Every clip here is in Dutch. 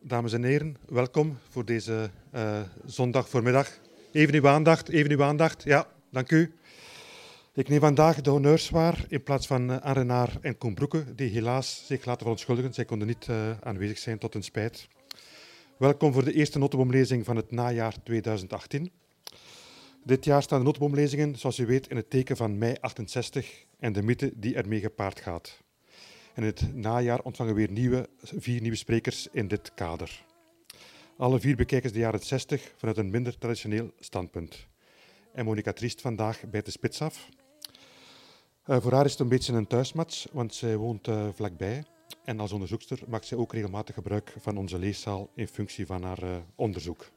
dames en heren. Welkom voor deze zondag voormiddag. Even uw aandacht. Ja, dank u. Ik neem vandaag de honneurs waar in plaats van Anne Renard en Koen Broeke, die helaas zich laten verontschuldigen. Zij konden niet aanwezig zijn, tot hun spijt. Welkom voor de eerste notenboomlezing van het najaar 2018. Dit jaar staan de notenboomlezingen, zoals u weet, in het teken van mei 68 en de mythe die ermee gepaard gaat. En in het najaar ontvangen we weer 4 nieuwe sprekers in dit kader. Alle 4 bekijken de jaren 60 vanuit een minder traditioneel standpunt. En Monica Triest vandaag bijt de spits af. Voor haar is het een beetje een thuismatch, want zij woont vlakbij. En als onderzoekster maakt zij ook regelmatig gebruik van onze leeszaal in functie van haar onderzoek.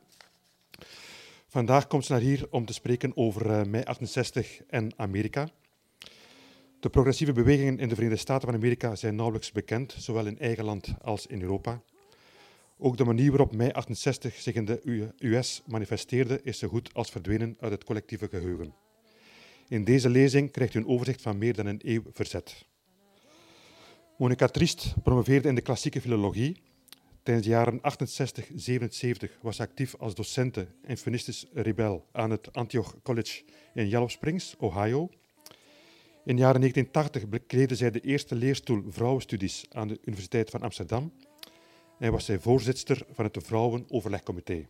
Vandaag komt ze naar hier om te spreken over mei 68 en Amerika. De progressieve bewegingen in de Verenigde Staten van Amerika zijn nauwelijks bekend, zowel in eigen land als in Europa. Ook de manier waarop mei 68 zich in de US manifesteerde is zo goed als verdwenen uit het collectieve geheugen. In deze lezing krijgt u een overzicht van meer dan een eeuw verzet. Monica Triest promoveerde in de klassieke filologie. Tijdens de jaren 68-77 was ze actief als docente en feministisch rebel aan het Antioch College in Yellow Springs, Ohio. In de jaren 1980 bekleedde zij de eerste leerstoel vrouwenstudies aan de Universiteit van Amsterdam en was zij voorzitster van het Vrouwenoverlegcomité.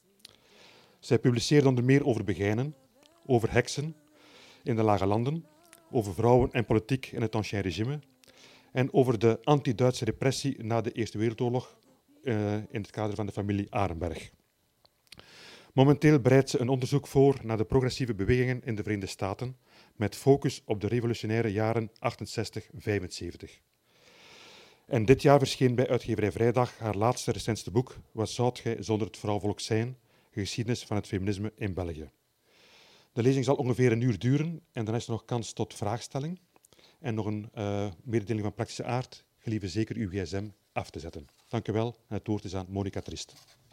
Zij publiceerde onder meer over begijnen, over heksen in de Lage Landen, over vrouwen en politiek in het Ancien Regime en over de anti-Duitse repressie na de Eerste Wereldoorlog in het kader van de familie Arenberg. Momenteel bereidt ze een onderzoek voor naar de progressieve bewegingen in de Verenigde Staten met focus op de revolutionaire jaren 68-75. En dit jaar verscheen bij uitgeverij Vrijdag haar laatste recentste boek Wat zoudt gij zonder het vrouwvolk zijn? Geschiedenis van het feminisme in België. De lezing zal ongeveer 1 uur duren en dan is er nog kans tot vraagstelling. En nog een mededeling van praktische aard. Gelieve zeker uw gsm af te zetten. Dank u wel. En het woord is aan Monica Triest.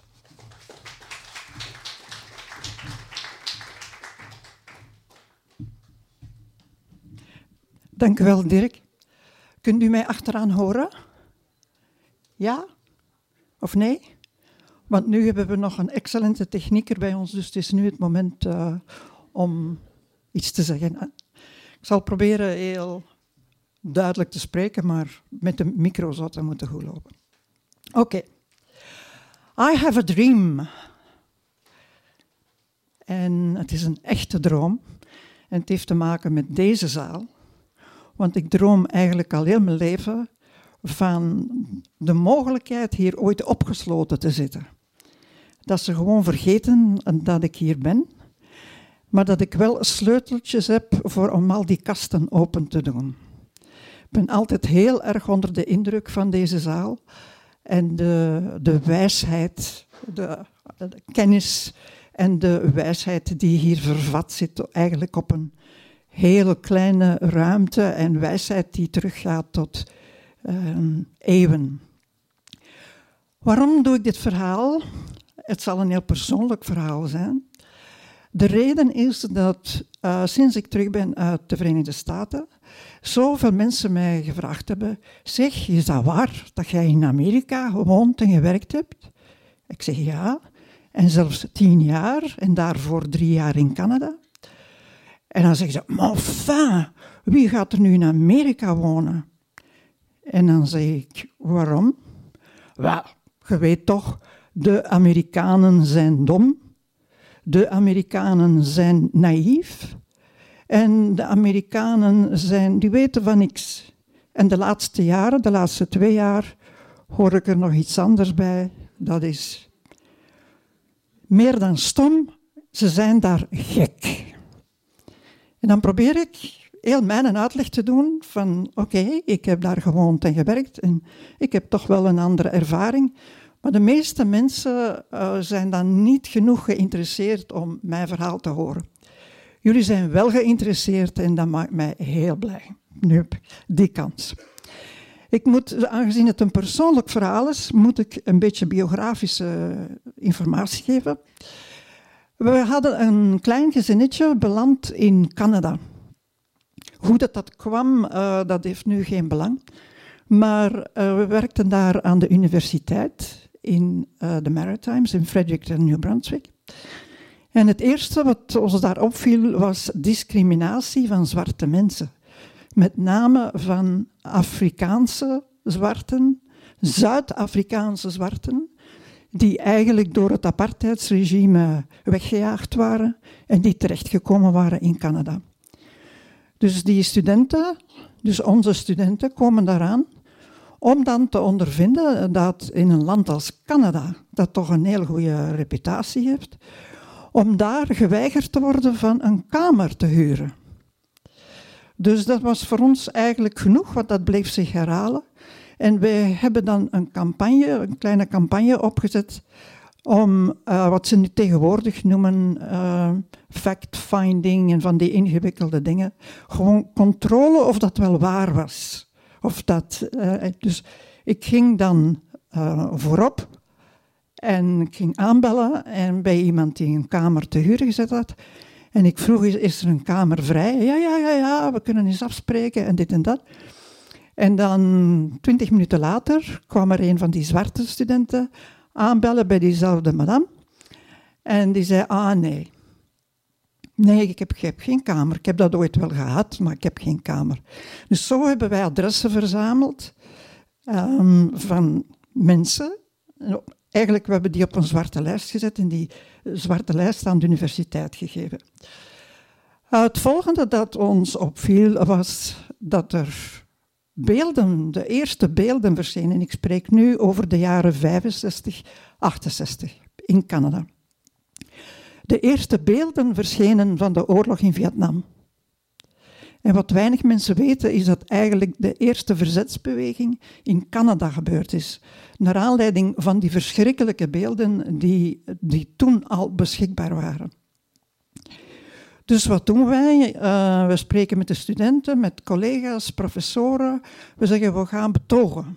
Dank u wel, Dirk. Kunt u mij achteraan horen? Ja? Of nee? Want nu hebben we nog een excellente technieker bij ons, dus het is nu het moment om iets te zeggen. Ik zal proberen heel duidelijk te spreken, maar met de micro zou het moeten goed lopen. Oké. I have a dream. En het is een echte droom. En het heeft te maken met deze zaal. Want ik droom eigenlijk al heel mijn leven van de mogelijkheid hier ooit opgesloten te zitten. Dat ze gewoon vergeten dat ik hier ben, maar dat ik wel sleuteltjes heb om al die kasten open te doen. Ik ben altijd heel erg onder de indruk van deze zaal en de wijsheid, de kennis en de wijsheid die hier vervat zit, eigenlijk op een hele kleine ruimte en wijsheid die teruggaat tot eeuwen. Waarom doe ik dit verhaal? Het zal een heel persoonlijk verhaal zijn. De reden is dat sinds ik terug ben uit de Verenigde Staten, zoveel mensen mij gevraagd hebben, zeg, is dat waar dat jij in Amerika gewoond en gewerkt hebt? Ik zeg ja, en zelfs 10 jaar en daarvoor 3 jaar in Canada. En dan zeggen ze, maar enfin, wie gaat er nu in Amerika wonen? En dan zeg ik, waarom? Wel, je weet toch, de Amerikanen zijn dom, de Amerikanen zijn naïef en de Amerikanen die weten van niks. En de laatste jaren, de laatste 2 jaar, hoor ik er nog iets anders bij. Dat is meer dan stom, ze zijn daar gek. En dan probeer ik heel mijn uitleg te doen van oké, ik heb daar gewoond en gewerkt en ik heb toch wel een andere ervaring. Maar de meeste mensen zijn dan niet genoeg geïnteresseerd om mijn verhaal te horen. Jullie zijn wel geïnteresseerd en dat maakt mij heel blij. Nu heb ik die kans. Aangezien het een persoonlijk verhaal is, moet ik een beetje biografische informatie geven. We hadden een klein gezinnetje beland in Canada. Hoe dat kwam, dat heeft nu geen belang. Maar we werkten daar aan de universiteit in de Maritimes, in Fredericton, New Brunswick. En het eerste wat ons daar opviel was discriminatie van zwarte mensen. Met name van Afrikaanse zwarten, Zuid-Afrikaanse zwarten, die eigenlijk door het apartheidsregime weggejaagd waren en die terechtgekomen waren in Canada. Dus die studenten, dus onze studenten, komen daaraan om dan te ondervinden dat in een land als Canada, dat toch een heel goede reputatie heeft, om daar geweigerd te worden van een kamer te huren. Dus dat was voor ons eigenlijk genoeg, want dat bleef zich herhalen. En wij hebben dan een kleine campagne opgezet om wat ze nu tegenwoordig noemen fact-finding en van die ingewikkelde dingen. Gewoon controle of dat wel waar was. Dus ik ging dan voorop en ik ging aanbellen en bij iemand die een kamer te huur gezet had. En ik vroeg, is er een kamer vrij? Ja, we kunnen eens afspreken en dit en dat. En dan 20 minuten later kwam er een van die zwarte studenten aanbellen bij diezelfde madame. En die zei, nee, ik heb geen kamer. Ik heb dat ooit wel gehad, maar ik heb geen kamer. Dus zo hebben wij adressen verzameld van mensen. Eigenlijk, we hebben die op een zwarte lijst gezet en die zwarte lijst aan de universiteit gegeven. Het volgende dat ons opviel was dat er de eerste beelden verschenen. Ik spreek nu over de jaren 65, 68 in Canada. De eerste beelden verschenen van de oorlog in Vietnam. En wat weinig mensen weten is dat eigenlijk de eerste verzetsbeweging in Canada gebeurd is. Naar aanleiding van die verschrikkelijke beelden die toen al beschikbaar waren. Dus wat doen wij? We spreken met de studenten, met collega's, professoren. We zeggen, we gaan betogen.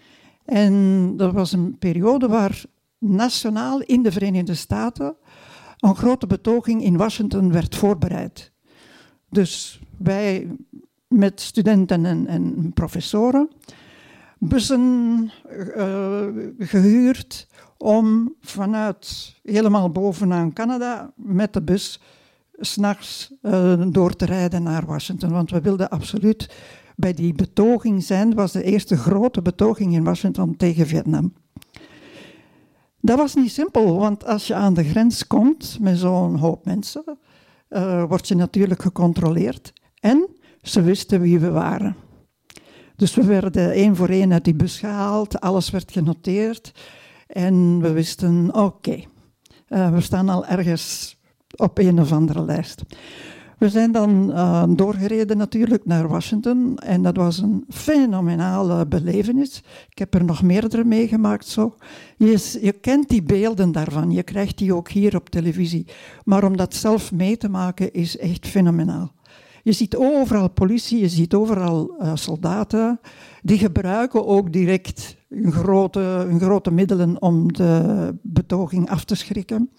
En dat was een periode waar nationaal in de Verenigde Staten een grote betoging in Washington werd voorbereid. Dus wij met studenten en professoren bussen gehuurd om vanuit helemaal bovenaan Canada met de bus 's nachts door te rijden naar Washington. Want we wilden absoluut bij die betoging zijn. Dat was de eerste grote betoging in Washington tegen Vietnam. Dat was niet simpel, want als je aan de grens komt met zo'n hoop mensen, word je natuurlijk gecontroleerd. En ze wisten wie we waren. Dus we werden één voor één uit die bus gehaald, alles werd genoteerd. En we wisten, oké, we staan al ergens op een of andere lijst. We zijn dan doorgereden natuurlijk naar Washington en dat was een fenomenale belevenis. Ik heb er nog meerdere meegemaakt zo. Je kent die beelden daarvan, je krijgt die ook hier op televisie. Maar om dat zelf mee te maken is echt fenomenaal. Je ziet overal politie, je ziet overal soldaten. Die gebruiken ook direct hun grote middelen om de betoging af te schrikken.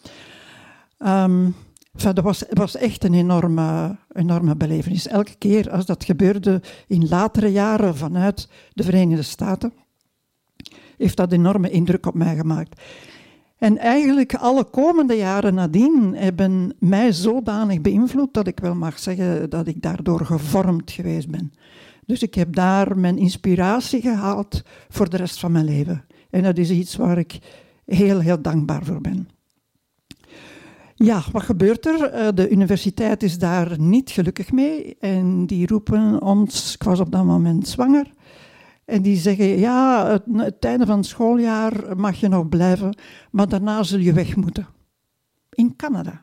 Het was echt een enorme belevenis. Elke keer als dat gebeurde in latere jaren vanuit de Verenigde Staten, heeft dat enorme indruk op mij gemaakt. En eigenlijk alle komende jaren nadien hebben mij zodanig beïnvloed dat ik wel mag zeggen dat ik daardoor gevormd geweest ben. Dus ik heb daar mijn inspiratie gehaald voor de rest van mijn leven. En dat is iets waar ik heel, heel dankbaar voor ben. Ja, wat gebeurt er? De universiteit is daar niet gelukkig mee en die roepen ons, ik was op dat moment zwanger, en die zeggen, ja, het einde van het schooljaar mag je nog blijven, maar daarna zul je weg moeten. In Canada.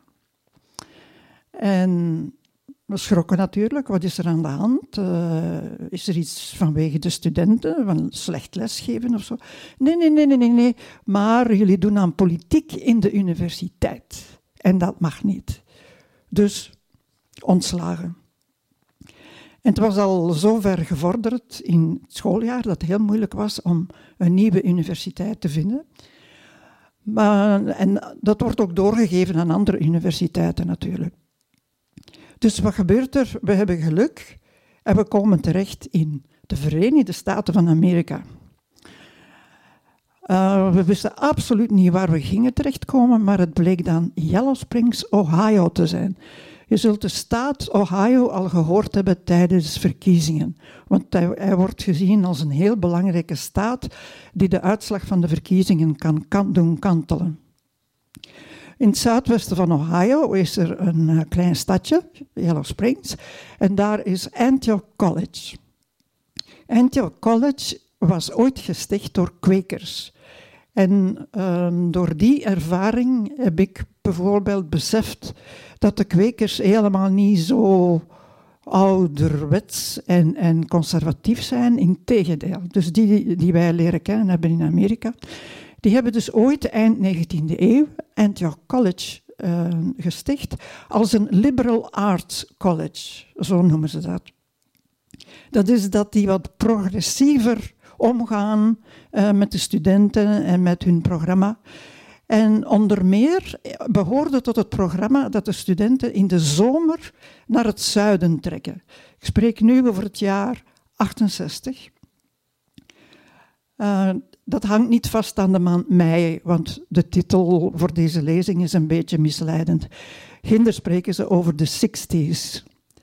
En we schrokken natuurlijk, wat is er aan de hand? Is er iets vanwege de studenten, van slecht lesgeven of zo? Nee, maar jullie doen aan politiek in de universiteit. En dat mag niet. Dus ontslagen. En het was al zo ver gevorderd in het schooljaar dat het heel moeilijk was om een nieuwe universiteit te vinden. En dat wordt ook doorgegeven aan andere universiteiten natuurlijk. Dus wat gebeurt er? We hebben geluk en we komen terecht in de Verenigde Staten van Amerika. We wisten absoluut niet waar we gingen terechtkomen, maar het bleek dan Yellow Springs, Ohio te zijn. Je zult de staat Ohio al gehoord hebben tijdens verkiezingen. Want hij wordt gezien als een heel belangrijke staat die de uitslag van de verkiezingen kan doen kantelen. In het zuidwesten van Ohio is er een klein stadje, Yellow Springs, en daar is Antioch College. Antioch College was ooit gesticht door kwekers. En door die ervaring heb ik bijvoorbeeld beseft dat de kwekers helemaal niet zo ouderwets en conservatief zijn, integendeel. Dus die wij leren kennen hebben in Amerika, die hebben dus ooit eind 19e eeuw Antioch College gesticht als een liberal arts college, zo noemen ze dat. Dat is dat die wat progressiever omgaan met de studenten en met hun programma. En onder meer behoorde tot het programma dat de studenten in de zomer naar het zuiden trekken. Ik spreek nu over het jaar 68. Dat hangt niet vast aan de maand mei, want de titel voor deze lezing is een beetje misleidend. Ginder spreken ze over de 60s.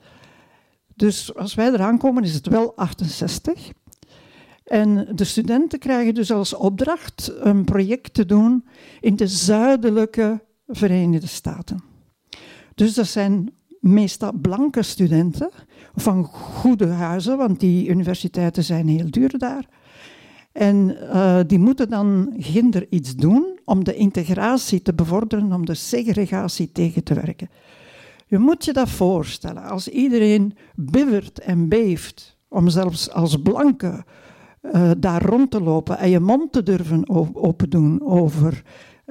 Dus als wij eraan komen is het wel 68. En de studenten krijgen dus als opdracht een project te doen in de zuidelijke Verenigde Staten. Dus dat zijn meestal blanke studenten van goede huizen, want die universiteiten zijn heel duur daar. En die moeten dan ginder iets doen om de integratie te bevorderen, om de segregatie tegen te werken. Je moet je dat voorstellen, als iedereen bibbert en beeft om zelfs als blanke daar rond te lopen en je mond te durven open doen over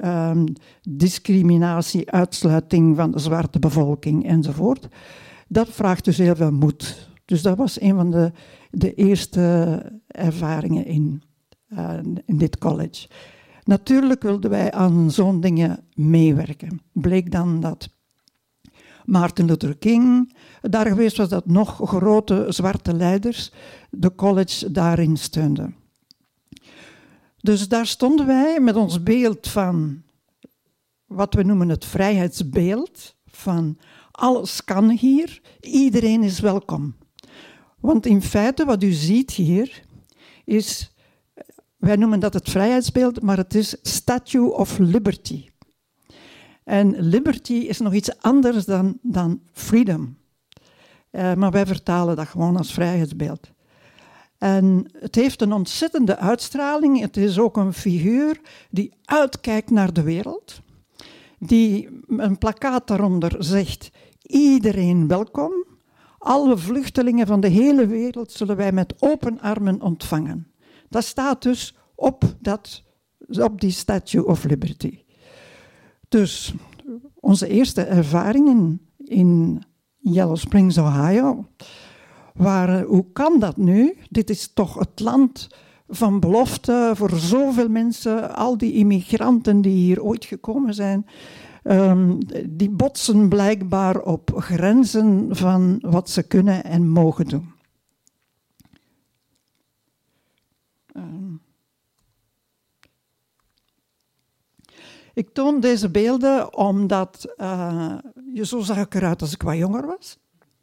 discriminatie, uitsluiting van de zwarte bevolking enzovoort. Dat vraagt dus heel veel moed. Dus dat was een van de eerste ervaringen in dit college. Natuurlijk wilden wij aan zo'n dingen meewerken. Bleek dan dat Martin Luther King daar geweest was, dat nog grote zwarte leiders de college daarin steunden. Dus daar stonden wij met ons beeld van wat we noemen het vrijheidsbeeld, van alles kan hier, iedereen is welkom. Want in feite wat u ziet hier is, wij noemen dat het vrijheidsbeeld, maar het is Statue of Liberty. En liberty is nog iets anders dan freedom. Maar wij vertalen dat gewoon als vrijheidsbeeld. En het heeft een ontzettende uitstraling. Het is ook een figuur die uitkijkt naar de wereld. Die een plakkaat daaronder zegt, iedereen welkom. Alle vluchtelingen van de hele wereld zullen wij met open armen ontvangen. Dat staat dus op die Statue of Liberty. Dus onze eerste ervaringen in Yellow Springs, Ohio, waren, hoe kan dat nu? Dit is toch het land van belofte voor zoveel mensen, al die immigranten die hier ooit gekomen zijn, die botsen blijkbaar op grenzen van wat ze kunnen en mogen doen. Ik toon deze beelden omdat zo zag ik eruit als ik wat jonger was.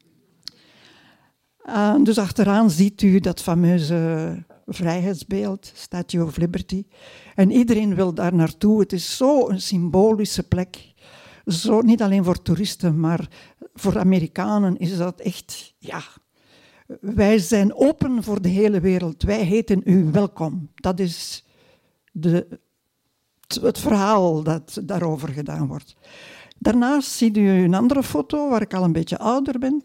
Dus achteraan ziet u dat fameuze vrijheidsbeeld, Statue of Liberty. En iedereen wil daar naartoe. Het is zo'n symbolische plek. Zo, niet alleen voor toeristen, maar voor Amerikanen is dat echt, ja. Wij zijn open voor de hele wereld. Wij heten u welkom. Dat is het verhaal dat daarover gedaan wordt. Daarnaast ziet u een andere foto waar ik al een beetje ouder ben.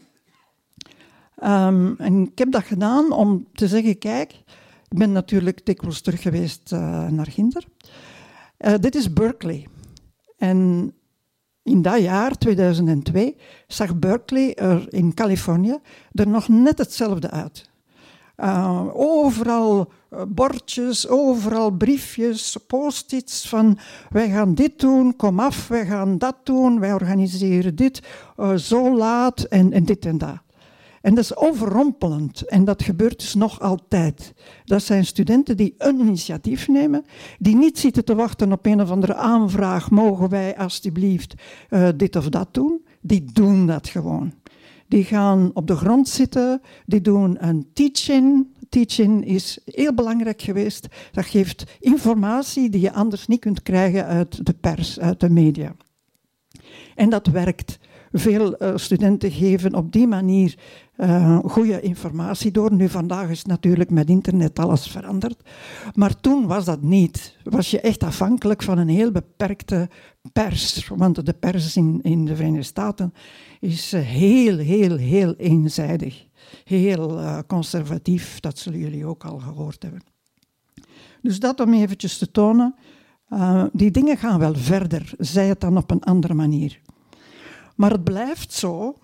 En ik heb dat gedaan om te zeggen, kijk, ik ben natuurlijk dikwijls terug geweest naar Ginder. Dit is Berkeley. En in dat jaar, 2002, zag Berkeley er in Californië er nog net hetzelfde uit. Overal bordjes, overal briefjes, post-its van wij gaan dit doen, kom af, wij gaan dat doen, wij organiseren dit, zo laat en dit en dat. En dat is overrompelend en dat gebeurt dus nog altijd. Dat zijn studenten die een initiatief nemen, die niet zitten te wachten op een of andere aanvraag, mogen wij alstublieft dit of dat doen? Die doen dat gewoon. Die gaan op de grond zitten, die doen een teach-in. Teach-in is heel belangrijk geweest. Dat geeft informatie die je anders niet kunt krijgen uit de pers, uit de media. En dat werkt. Veel studenten geven op die manier goede informatie door. Nu, vandaag is natuurlijk met internet alles veranderd. Maar toen was dat niet. Was je echt afhankelijk van een heel beperkte pers. Want de pers in de Verenigde Staten is heel eenzijdig. Heel conservatief, dat zullen jullie ook al gehoord hebben. Dus dat om eventjes te tonen. Die dingen gaan wel verder, zij het dan op een andere manier. Maar het blijft zo.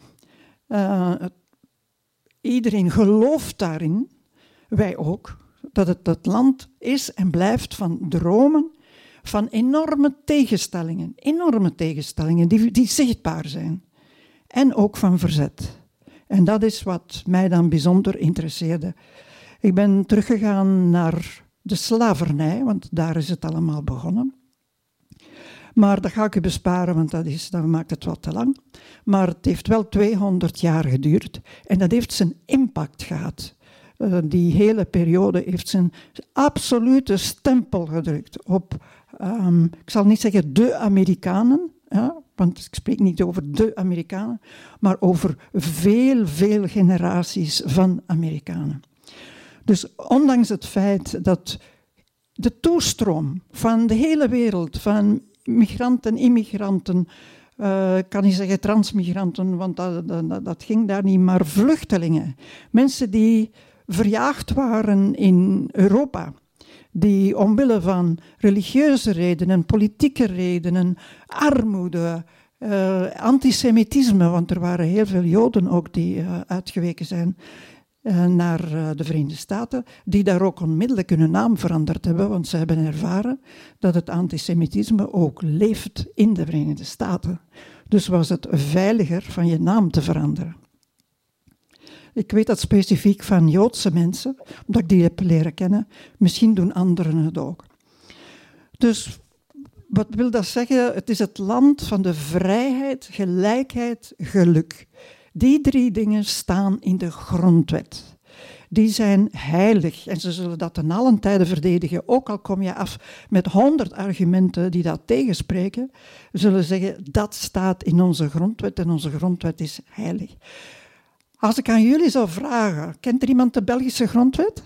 Iedereen gelooft daarin, wij ook, dat het land is en blijft van dromen, van enorme tegenstellingen die zichtbaar zijn. En ook van verzet. En dat is wat mij dan bijzonder interesseerde. Ik ben teruggegaan naar de slavernij, want daar is het allemaal begonnen. Maar dat ga ik u besparen, want dat maakt het wat te lang. Maar het heeft wel 200 jaar geduurd en dat heeft zijn impact gehad. Die hele periode heeft zijn absolute stempel gedrukt op, ik zal niet zeggen de Amerikanen, ja, want ik spreek niet over de Amerikanen, maar over veel generaties van Amerikanen. Dus ondanks het feit dat de toestroom van de hele wereld, van migranten, immigranten, kan niet zeggen transmigranten, want dat ging daar niet, maar vluchtelingen. Mensen die verjaagd waren in Europa, die omwille van religieuze redenen, politieke redenen, armoede, antisemitisme, want er waren heel veel Joden ook die uitgeweken zijn naar de Verenigde Staten, die daar ook onmiddellijk hun naam veranderd hebben, want ze hebben ervaren dat het antisemitisme ook leeft in de Verenigde Staten. Dus was het veiliger van je naam te veranderen. Ik weet dat specifiek van Joodse mensen, omdat ik die heb leren kennen. Misschien doen anderen het ook. Dus wat wil dat zeggen? Het is het land van de vrijheid, gelijkheid, geluk. Die 3 dingen staan in de grondwet. Die zijn heilig en ze zullen dat ten allen tijde verdedigen. Ook al kom je af met 100 argumenten die dat tegenspreken, zullen zeggen dat staat in onze grondwet en onze grondwet is heilig. Als ik aan jullie zou vragen, kent er iemand de Belgische grondwet?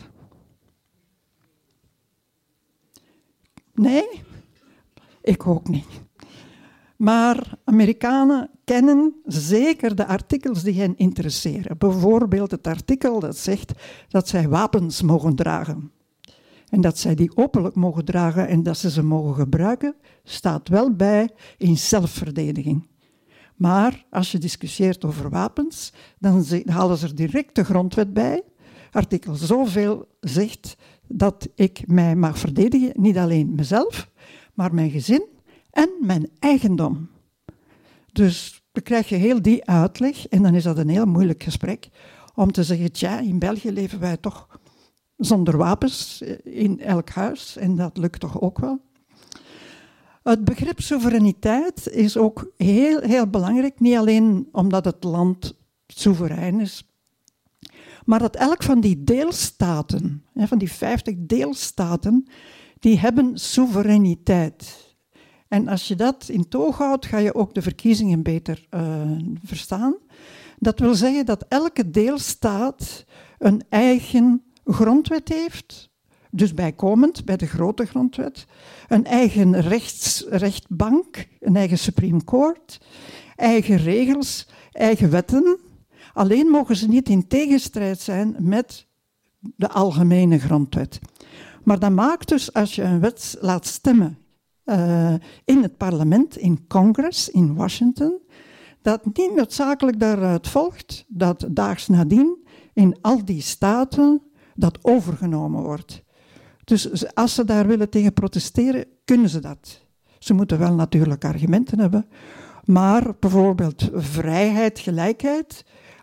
Nee? Ik ook niet. Maar Amerikanen kennen zeker de artikels die hen interesseren. Bijvoorbeeld het artikel dat zegt dat zij wapens mogen dragen. En dat zij die openlijk mogen dragen en dat ze mogen gebruiken, staat wel bij in zelfverdediging. Maar als je discussieert over wapens, dan halen ze er direct de grondwet bij. Artikel zoveel zegt dat ik mij mag verdedigen, niet alleen mezelf, maar mijn gezin en mijn eigendom. Dus dan krijg je heel die uitleg en dan is dat een heel moeilijk gesprek om te zeggen, tja, in België leven wij toch zonder wapens in elk huis en dat lukt toch ook wel. Het begrip soevereiniteit is ook heel belangrijk, niet alleen omdat het land soeverein is, maar dat elk van die deelstaten, van die 50 deelstaten, die hebben soevereiniteit. En als je dat in toog houdt, ga je ook de verkiezingen beter verstaan. Dat wil zeggen dat elke deelstaat een eigen grondwet heeft, dus bijkomend bij de grote grondwet, een eigen rechtbank, een eigen Supreme Court, eigen regels, eigen wetten. Alleen mogen ze niet in tegenstrijd zijn met de algemene grondwet. Maar dat maakt dus, als je een wet laat stemmen in het parlement, in Congress, in Washington, dat niet noodzakelijk daaruit volgt dat daags nadien in al die staten dat overgenomen wordt. Dus als ze daar willen tegen protesteren, kunnen ze dat. Ze moeten wel natuurlijk argumenten hebben, maar bijvoorbeeld vrijheid, gelijkheid,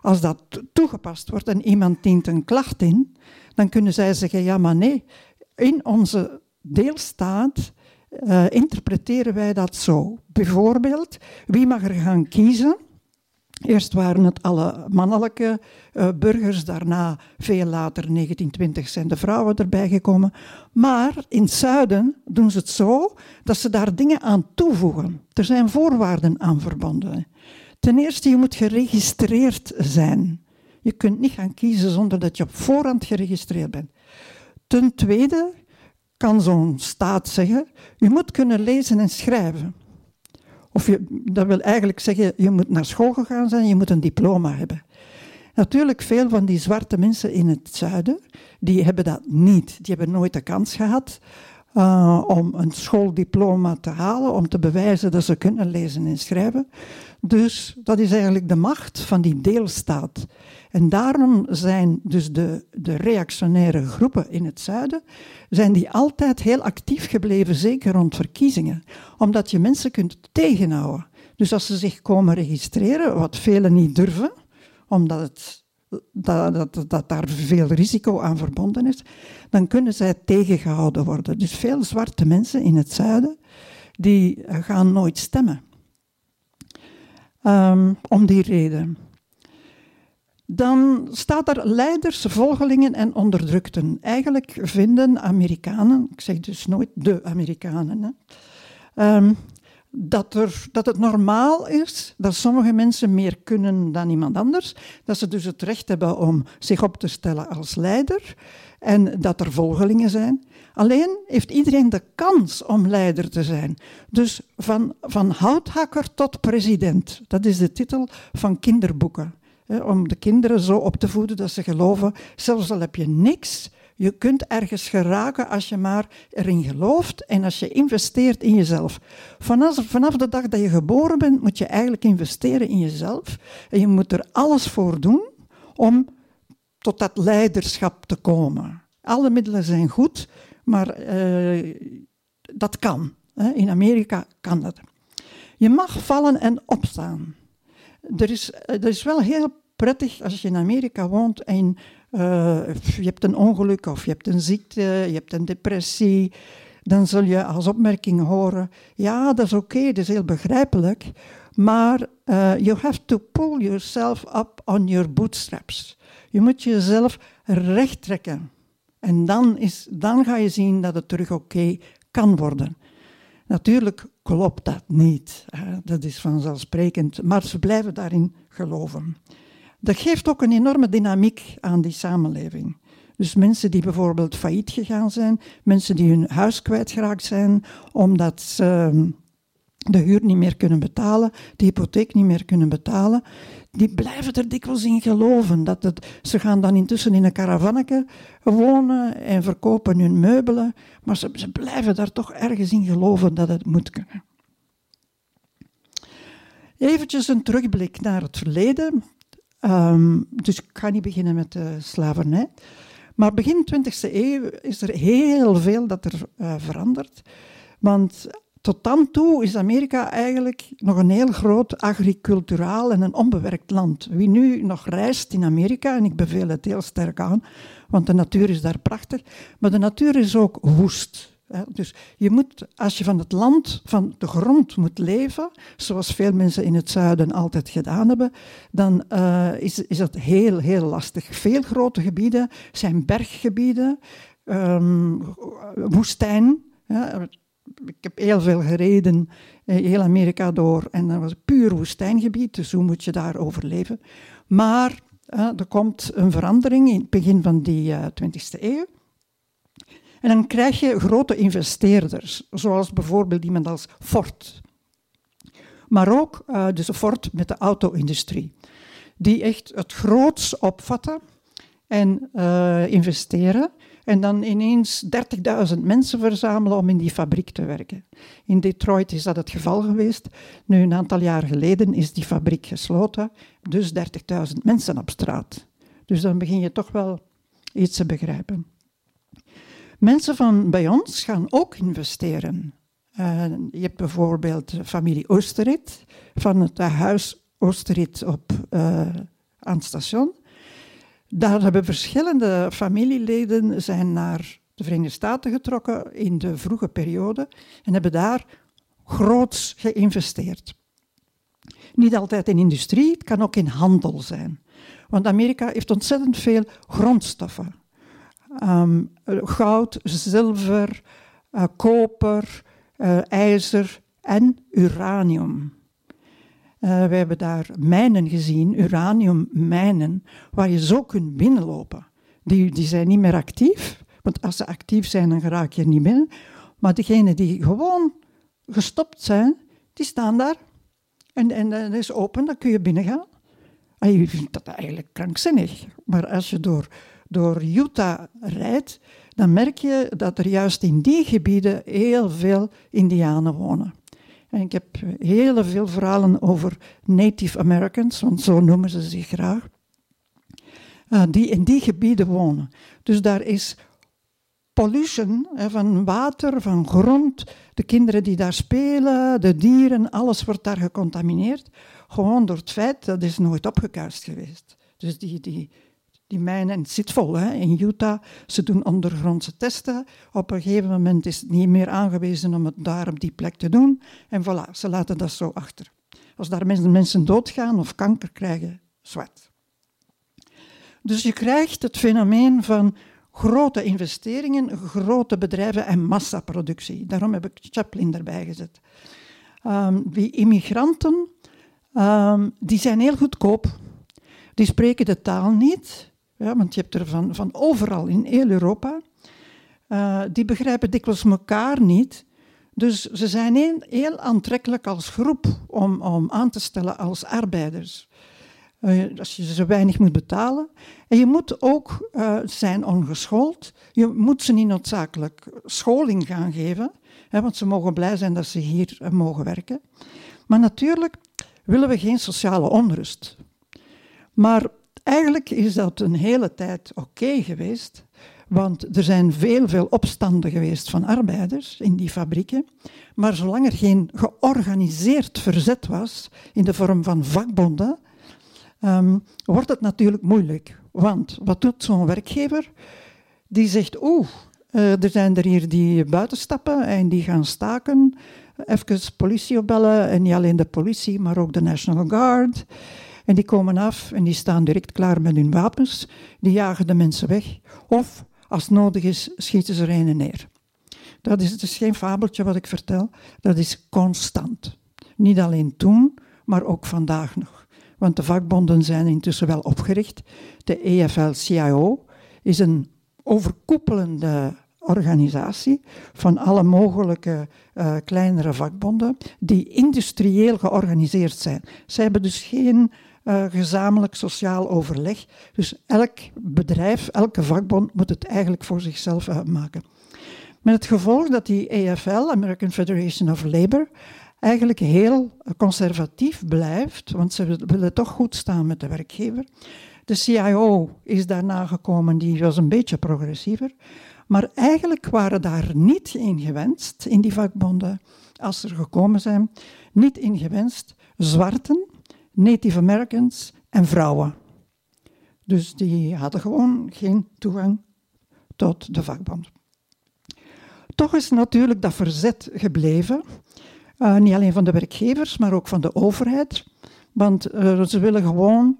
als dat toegepast wordt en iemand dient een klacht in, dan kunnen zij zeggen, ja maar nee, in onze deelstaat interpreteren wij dat zo. Bijvoorbeeld, wie mag er gaan kiezen? Eerst waren het alle mannelijke burgers, daarna, veel later, 1920, zijn de vrouwen erbij gekomen. Maar in het zuiden doen ze het zo dat ze daar dingen aan toevoegen. Er zijn voorwaarden aan verbonden. Ten eerste, je moet geregistreerd zijn. Je kunt niet gaan kiezen zonder dat je op voorhand geregistreerd bent. Ten tweede kan zo'n staat zeggen, je moet kunnen lezen en schrijven. Dat wil eigenlijk zeggen, je moet naar school gegaan zijn, je moet een diploma hebben. Natuurlijk, veel van die zwarte mensen in het zuiden, die hebben dat niet. Die hebben nooit de kans gehad om een schooldiploma te halen, om te bewijzen dat ze kunnen lezen en schrijven. Dus dat is eigenlijk de macht van die deelstaat. En daarom zijn dus de reactionaire groepen in het zuiden, zijn die altijd heel actief gebleven, zeker rond verkiezingen. Omdat je mensen kunt tegenhouden. Dus als ze zich komen registreren, wat velen niet durven, omdat dat daar veel risico aan verbonden is, dan kunnen zij tegengehouden worden. Dus veel zwarte mensen in het zuiden, die gaan nooit stemmen. Om die reden. Dan staat er leiders, volgelingen en onderdrukten. Eigenlijk vinden Amerikanen, ik zeg dus nooit de Amerikanen, dat het normaal is dat sommige mensen meer kunnen dan iemand anders, dat ze dus het recht hebben om zich op te stellen als leider en dat er volgelingen zijn. Alleen heeft iedereen de kans om leider te zijn. Dus van houthakker tot president. Dat is de titel van kinderboeken. Om de kinderen zo op te voeden dat ze geloven, zelfs al heb je niks, je kunt ergens geraken als je maar erin gelooft en als je investeert in jezelf. Vanaf de dag dat je geboren bent, moet je eigenlijk investeren in jezelf. En je moet er alles voor doen om tot dat leiderschap te komen. Alle middelen zijn goed, maar dat kan. In Amerika kan dat. Je mag vallen en opstaan. Er is wel heel prettig als je in Amerika woont en je hebt een ongeluk of je hebt een ziekte, je hebt een depressie, dan zul je als opmerking horen, ja, dat is oké, dat is heel begrijpelijk, maar you have to pull yourself up on your bootstraps. Je moet jezelf recht trekken en dan ga je zien dat het terug oké kan worden. Natuurlijk klopt dat niet, dat is vanzelfsprekend, maar ze blijven daarin geloven. Dat geeft ook een enorme dynamiek aan die samenleving. Dus mensen die bijvoorbeeld failliet gegaan zijn, mensen die hun huis kwijtgeraakt zijn, omdat ze de huur niet meer kunnen betalen, de hypotheek niet meer kunnen betalen, die blijven er dikwijls in geloven. Ze gaan dan intussen in een caravannetje wonen en verkopen hun meubelen, maar ze blijven daar toch ergens in geloven dat het moet kunnen. Eventjes een terugblik naar het verleden. Dus ik ga niet beginnen met de slavernij. Maar begin 20e eeuw is er heel veel dat er verandert. Want tot dan toe is Amerika eigenlijk nog een heel groot agriculturaal en een onbewerkt land. Wie nu nog reist in Amerika, en ik beveel het heel sterk aan, want de natuur is daar prachtig, maar de natuur is ook woest. Dus je moet, als je van het land, van de grond moet leven, zoals veel mensen in het zuiden altijd gedaan hebben, dan is dat heel, heel lastig. Veel grote gebieden zijn berggebieden, woestijn. Ja, ik heb heel veel gereden, heel Amerika door, en dat was een puur woestijngebied, dus hoe moet je daar overleven? Maar er komt een verandering in het begin van die 20e eeuw. En dan krijg je grote investeerders, zoals bijvoorbeeld iemand als Ford. Maar ook dus Ford met de auto-industrie, die echt het groots opvatten en investeren. En dan ineens 30.000 mensen verzamelen om in die fabriek te werken. In Detroit is dat het geval geweest. Nu, een aantal jaar geleden is die fabriek gesloten, dus 30.000 mensen op straat. Dus dan begin je toch wel iets te begrijpen. Mensen van bij ons gaan ook investeren. Je hebt bijvoorbeeld de familie Oosterrit van het huis Oosterrit aan het station. Daar hebben verschillende familieleden zijn naar de Verenigde Staten getrokken in de vroege periode en hebben daar groots geïnvesteerd. Niet altijd in industrie, het kan ook in handel zijn. Want Amerika heeft ontzettend veel grondstoffen. Goud, zilver, koper, ijzer en uranium. We hebben daar mijnen gezien, uraniummijnen, waar je zo kunt binnenlopen. Die zijn niet meer actief, want als ze actief zijn, dan raak je niet binnen. Maar degenen die gewoon gestopt zijn, die staan daar. En dat is open, dan kun je binnengaan. En je vindt dat eigenlijk krankzinnig. Maar als je door Utah rijdt, dan merk je dat er juist in die gebieden heel veel Indianen wonen. En ik heb heel veel verhalen over Native Americans, want zo noemen ze zich graag, die in die gebieden wonen. Dus daar is pollution van water, van grond, de kinderen die daar spelen, de dieren, alles wordt daar gecontamineerd. Gewoon door het feit dat is nooit opgekuist geweest. Dus die mijnen, het zit vol in Utah, ze doen ondergrondse testen. Op een gegeven moment is het niet meer aangewezen om het daar op die plek te doen. En voilà, ze laten dat zo achter. Als daar mensen doodgaan of kanker krijgen, zwart. Dus je krijgt het fenomeen van grote investeringen, grote bedrijven en massaproductie. Daarom heb ik Chaplin erbij gezet. Die immigranten, die zijn heel goedkoop. Die spreken de taal niet, want je hebt er van overal in heel Europa. Die begrijpen dikwijls elkaar niet. Dus ze zijn heel aantrekkelijk als groep om aan te stellen als arbeiders. Als je zo weinig moet betalen. En je moet ook zijn ongeschoold. Je moet ze niet noodzakelijk scholing gaan geven, want ze mogen blij zijn dat ze hier mogen werken. Maar natuurlijk willen we geen sociale onrust. Maar eigenlijk is dat een hele tijd oké geweest, want er zijn veel opstanden geweest van arbeiders in die fabrieken. Maar zolang er geen georganiseerd verzet was in de vorm van vakbonden, wordt het natuurlijk moeilijk. Want wat doet zo'n werkgever? Die zegt, er zijn er hier die buiten stappen en die gaan staken. Even politie opbellen en niet alleen de politie, maar ook de National Guard. En die komen af en die staan direct klaar met hun wapens. Die jagen de mensen weg. Of, als nodig is, schieten ze er een neer. Dat is dus geen fabeltje wat ik vertel. Dat is constant. Niet alleen toen, maar ook vandaag nog. Want de vakbonden zijn intussen wel opgericht. De AFL-CIO is een overkoepelende organisatie van alle mogelijke kleinere vakbonden die industrieel georganiseerd zijn. Zij hebben dus geen gezamenlijk sociaal overleg. Dus elk bedrijf, elke vakbond moet het eigenlijk voor zichzelf uitmaken. Met het gevolg dat die AFL, American Federation of Labour, eigenlijk heel conservatief blijft, want ze willen toch goed staan met de werkgever. De CIO is daarna gekomen, die was een beetje progressiever. Maar eigenlijk waren daar niet in gewenst, in die vakbonden, als ze er gekomen zijn, niet in gewenst zwarten, Native Americans en vrouwen. Dus die hadden gewoon geen toegang tot de vakbond. Toch is natuurlijk dat verzet gebleven. Niet alleen van de werkgevers, maar ook van de overheid. Want ze willen gewoon,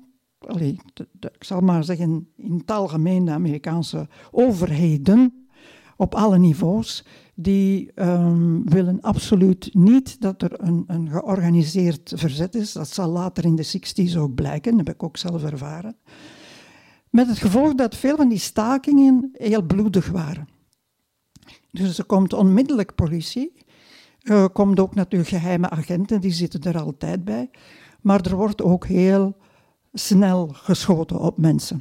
ik zal maar zeggen in het algemeen de Amerikaanse overheden op alle niveaus, die willen absoluut niet dat er een georganiseerd verzet is. Dat zal later in de 60's ook blijken, dat heb ik ook zelf ervaren. Met het gevolg dat veel van die stakingen heel bloedig waren. Dus er komt onmiddellijk politie. Er komt ook natuurlijk geheime agenten, die zitten er altijd bij. Maar er wordt ook heel snel geschoten op mensen.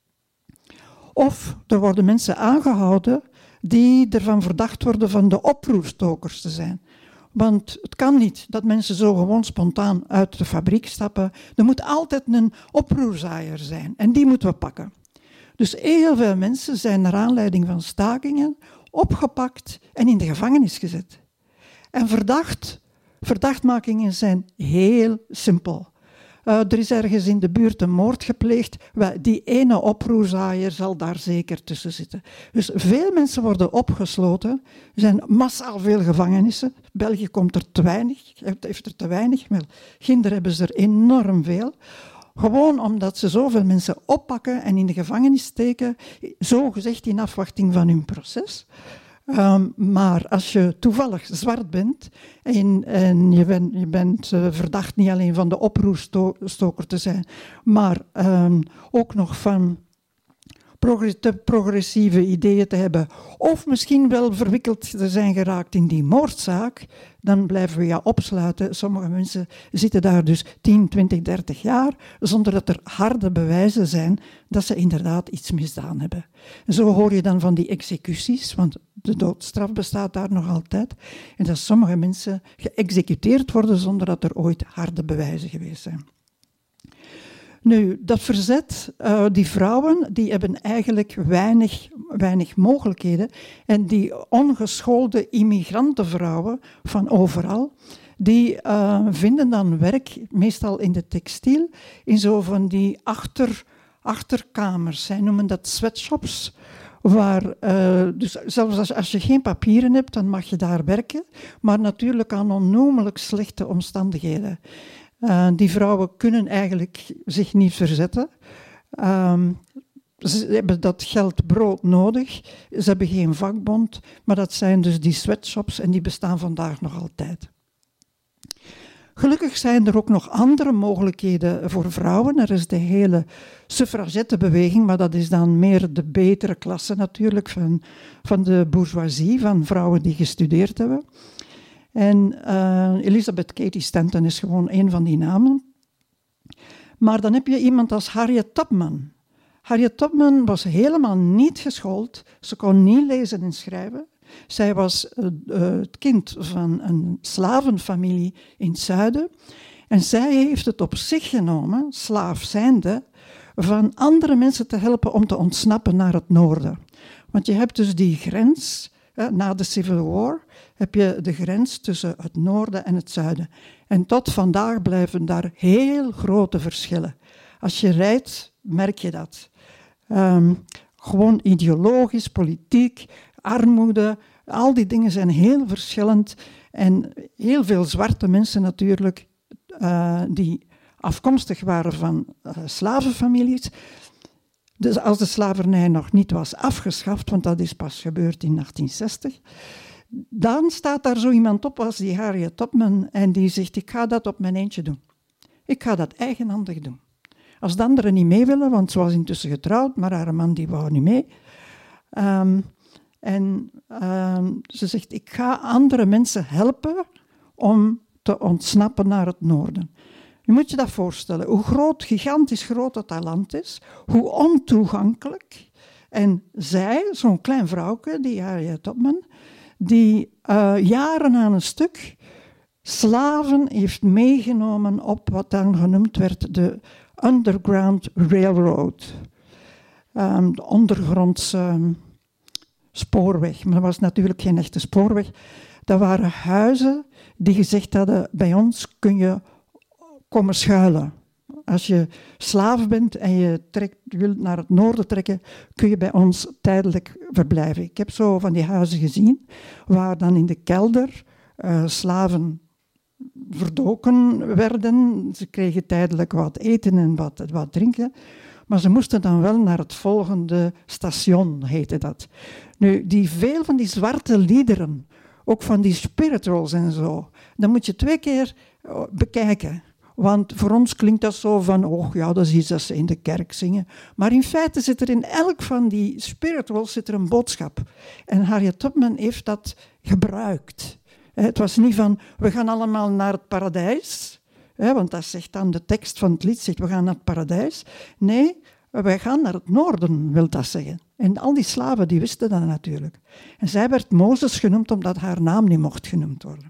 Of er worden mensen aangehouden die ervan verdacht worden van de oproerstokers te zijn. Want het kan niet dat mensen zo gewoon spontaan uit de fabriek stappen. Er moet altijd een oproerzaaier zijn en die moeten we pakken. Dus heel veel mensen zijn naar aanleiding van stakingen opgepakt en in de gevangenis gezet. En verdachtmakingen zijn heel simpel. er is ergens in de buurt een moord gepleegd. Die ene oproerzaaier zal daar zeker tussen zitten. Dus veel mensen worden opgesloten. Er zijn massaal veel gevangenissen. België komt er te weinig, heeft er te weinig. Maar Ginder hebben ze er enorm veel. Gewoon omdat ze zoveel mensen oppakken en in de gevangenis steken, zogezegd in afwachting van hun proces. Maar als je toevallig zwart bent en je bent verdacht niet alleen van de oproerstoker te zijn, maar ook nog van progressieve ideeën te hebben, of misschien wel verwikkeld te zijn geraakt in die moordzaak, dan blijven we je opsluiten. Sommige mensen zitten daar dus 10, 20, 30 jaar, zonder dat er harde bewijzen zijn dat ze inderdaad iets misdaan hebben. En zo hoor je dan van die executies, want de doodstraf bestaat daar nog altijd, en dat sommige mensen geëxecuteerd worden zonder dat er ooit harde bewijzen geweest zijn. Nu, dat verzet, die vrouwen, die hebben eigenlijk weinig mogelijkheden. En die ongeschoolde immigrantenvrouwen van overal, die vinden dan werk, meestal in de textiel, in zo van die achterkamers. Zij noemen dat sweatshops. Waar, dus zelfs als je geen papieren hebt, dan mag je daar werken. Maar natuurlijk aan onnoemelijk slechte omstandigheden. Die vrouwen kunnen eigenlijk zich niet verzetten. Ze hebben dat geld brood nodig. Ze hebben geen vakbond. Maar dat zijn dus die sweatshops en die bestaan vandaag nog altijd. Gelukkig zijn er ook nog andere mogelijkheden voor vrouwen. Er is de hele suffragettenbeweging, maar dat is dan meer de betere klasse natuurlijk van de bourgeoisie, van vrouwen die gestudeerd hebben. En Elizabeth Cady Stanton is gewoon een van die namen. Maar dan heb je iemand als Harriet Tubman. Harriet Tubman was helemaal niet geschoold. Ze kon niet lezen en schrijven. Zij was het kind van een slavenfamilie in het zuiden. En zij heeft het op zich genomen, slaaf zijnde, van andere mensen te helpen om te ontsnappen naar het noorden. Want je hebt dus die grens, na de Civil War, heb je de grens tussen het noorden en het zuiden. En tot vandaag blijven daar heel grote verschillen. Als je rijdt, merk je dat. Gewoon ideologisch, politiek, armoede, al die dingen zijn heel verschillend. En heel veel zwarte mensen natuurlijk, die afkomstig waren van slavenfamilies. Dus als de slavernij nog niet was afgeschaft, want dat is pas gebeurd in 1860... dan staat daar zo iemand op als die Harriet Tubman en die zegt, ik ga dat op mijn eentje doen. Ik ga dat eigenhandig doen. Als de anderen niet mee willen, want ze was intussen getrouwd, maar haar man die wou niet mee. Ze zegt, ik ga andere mensen helpen om te ontsnappen naar het noorden. Je moet je dat voorstellen, hoe gigantisch groot dat land is, hoe ontoegankelijk. En zij, zo'n klein vrouwke, die Harriet Tubman, die jaren aan een stuk slaven heeft meegenomen op wat dan genoemd werd de Underground Railroad. De ondergrondse spoorweg. Maar dat was natuurlijk geen echte spoorweg. Dat waren huizen die gezegd hadden, bij ons kun je komen schuilen. Als je slaaf bent en je wilt naar het noorden trekken, kun je bij ons tijdelijk verblijven. Ik heb zo van die huizen gezien, waar dan in de kelder slaven verdoken werden. Ze kregen tijdelijk wat eten en wat drinken. Maar ze moesten dan wel naar het volgende station, heette dat. Nu, veel van die zwarte liederen, ook van die spirituals en zo, dan moet je 2 keer bekijken. Want voor ons klinkt dat zo van, oh ja, dat is iets dat ze in de kerk zingen. Maar in feite zit er in elk van die spirituals zit er een boodschap. En Harriet Tubman heeft dat gebruikt. Het was niet van, we gaan allemaal naar het paradijs. Want dat zegt dan de tekst van het lied, zegt we gaan naar het paradijs. Nee, wij gaan naar het noorden, wil dat zeggen. En al die slaven die wisten dat natuurlijk. En zij werd Mozes genoemd omdat haar naam niet mocht genoemd worden.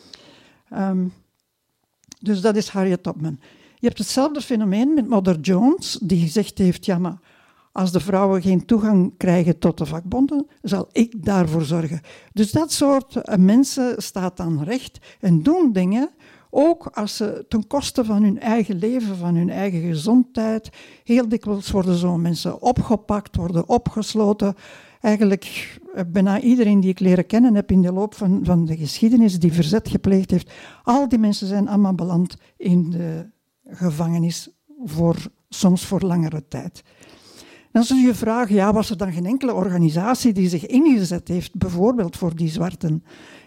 Dus dat is Harriet Tubman. Je hebt hetzelfde fenomeen met Mother Jones, die gezegd heeft, ja, maar als de vrouwen geen toegang krijgen tot de vakbonden, zal ik daarvoor zorgen. Dus dat soort mensen staat dan recht en doen dingen Ook als ze ten koste van hun eigen leven, van hun eigen gezondheid, heel dikwijls worden zo'n mensen opgepakt, worden opgesloten. Eigenlijk bijna iedereen die ik leren kennen heb in de loop van de geschiedenis die verzet gepleegd heeft, al die mensen zijn allemaal beland in de gevangenis, soms voor langere tijd. Dan zul je vragen, ja, was er dan geen enkele organisatie die zich ingezet heeft, bijvoorbeeld voor die zwarten?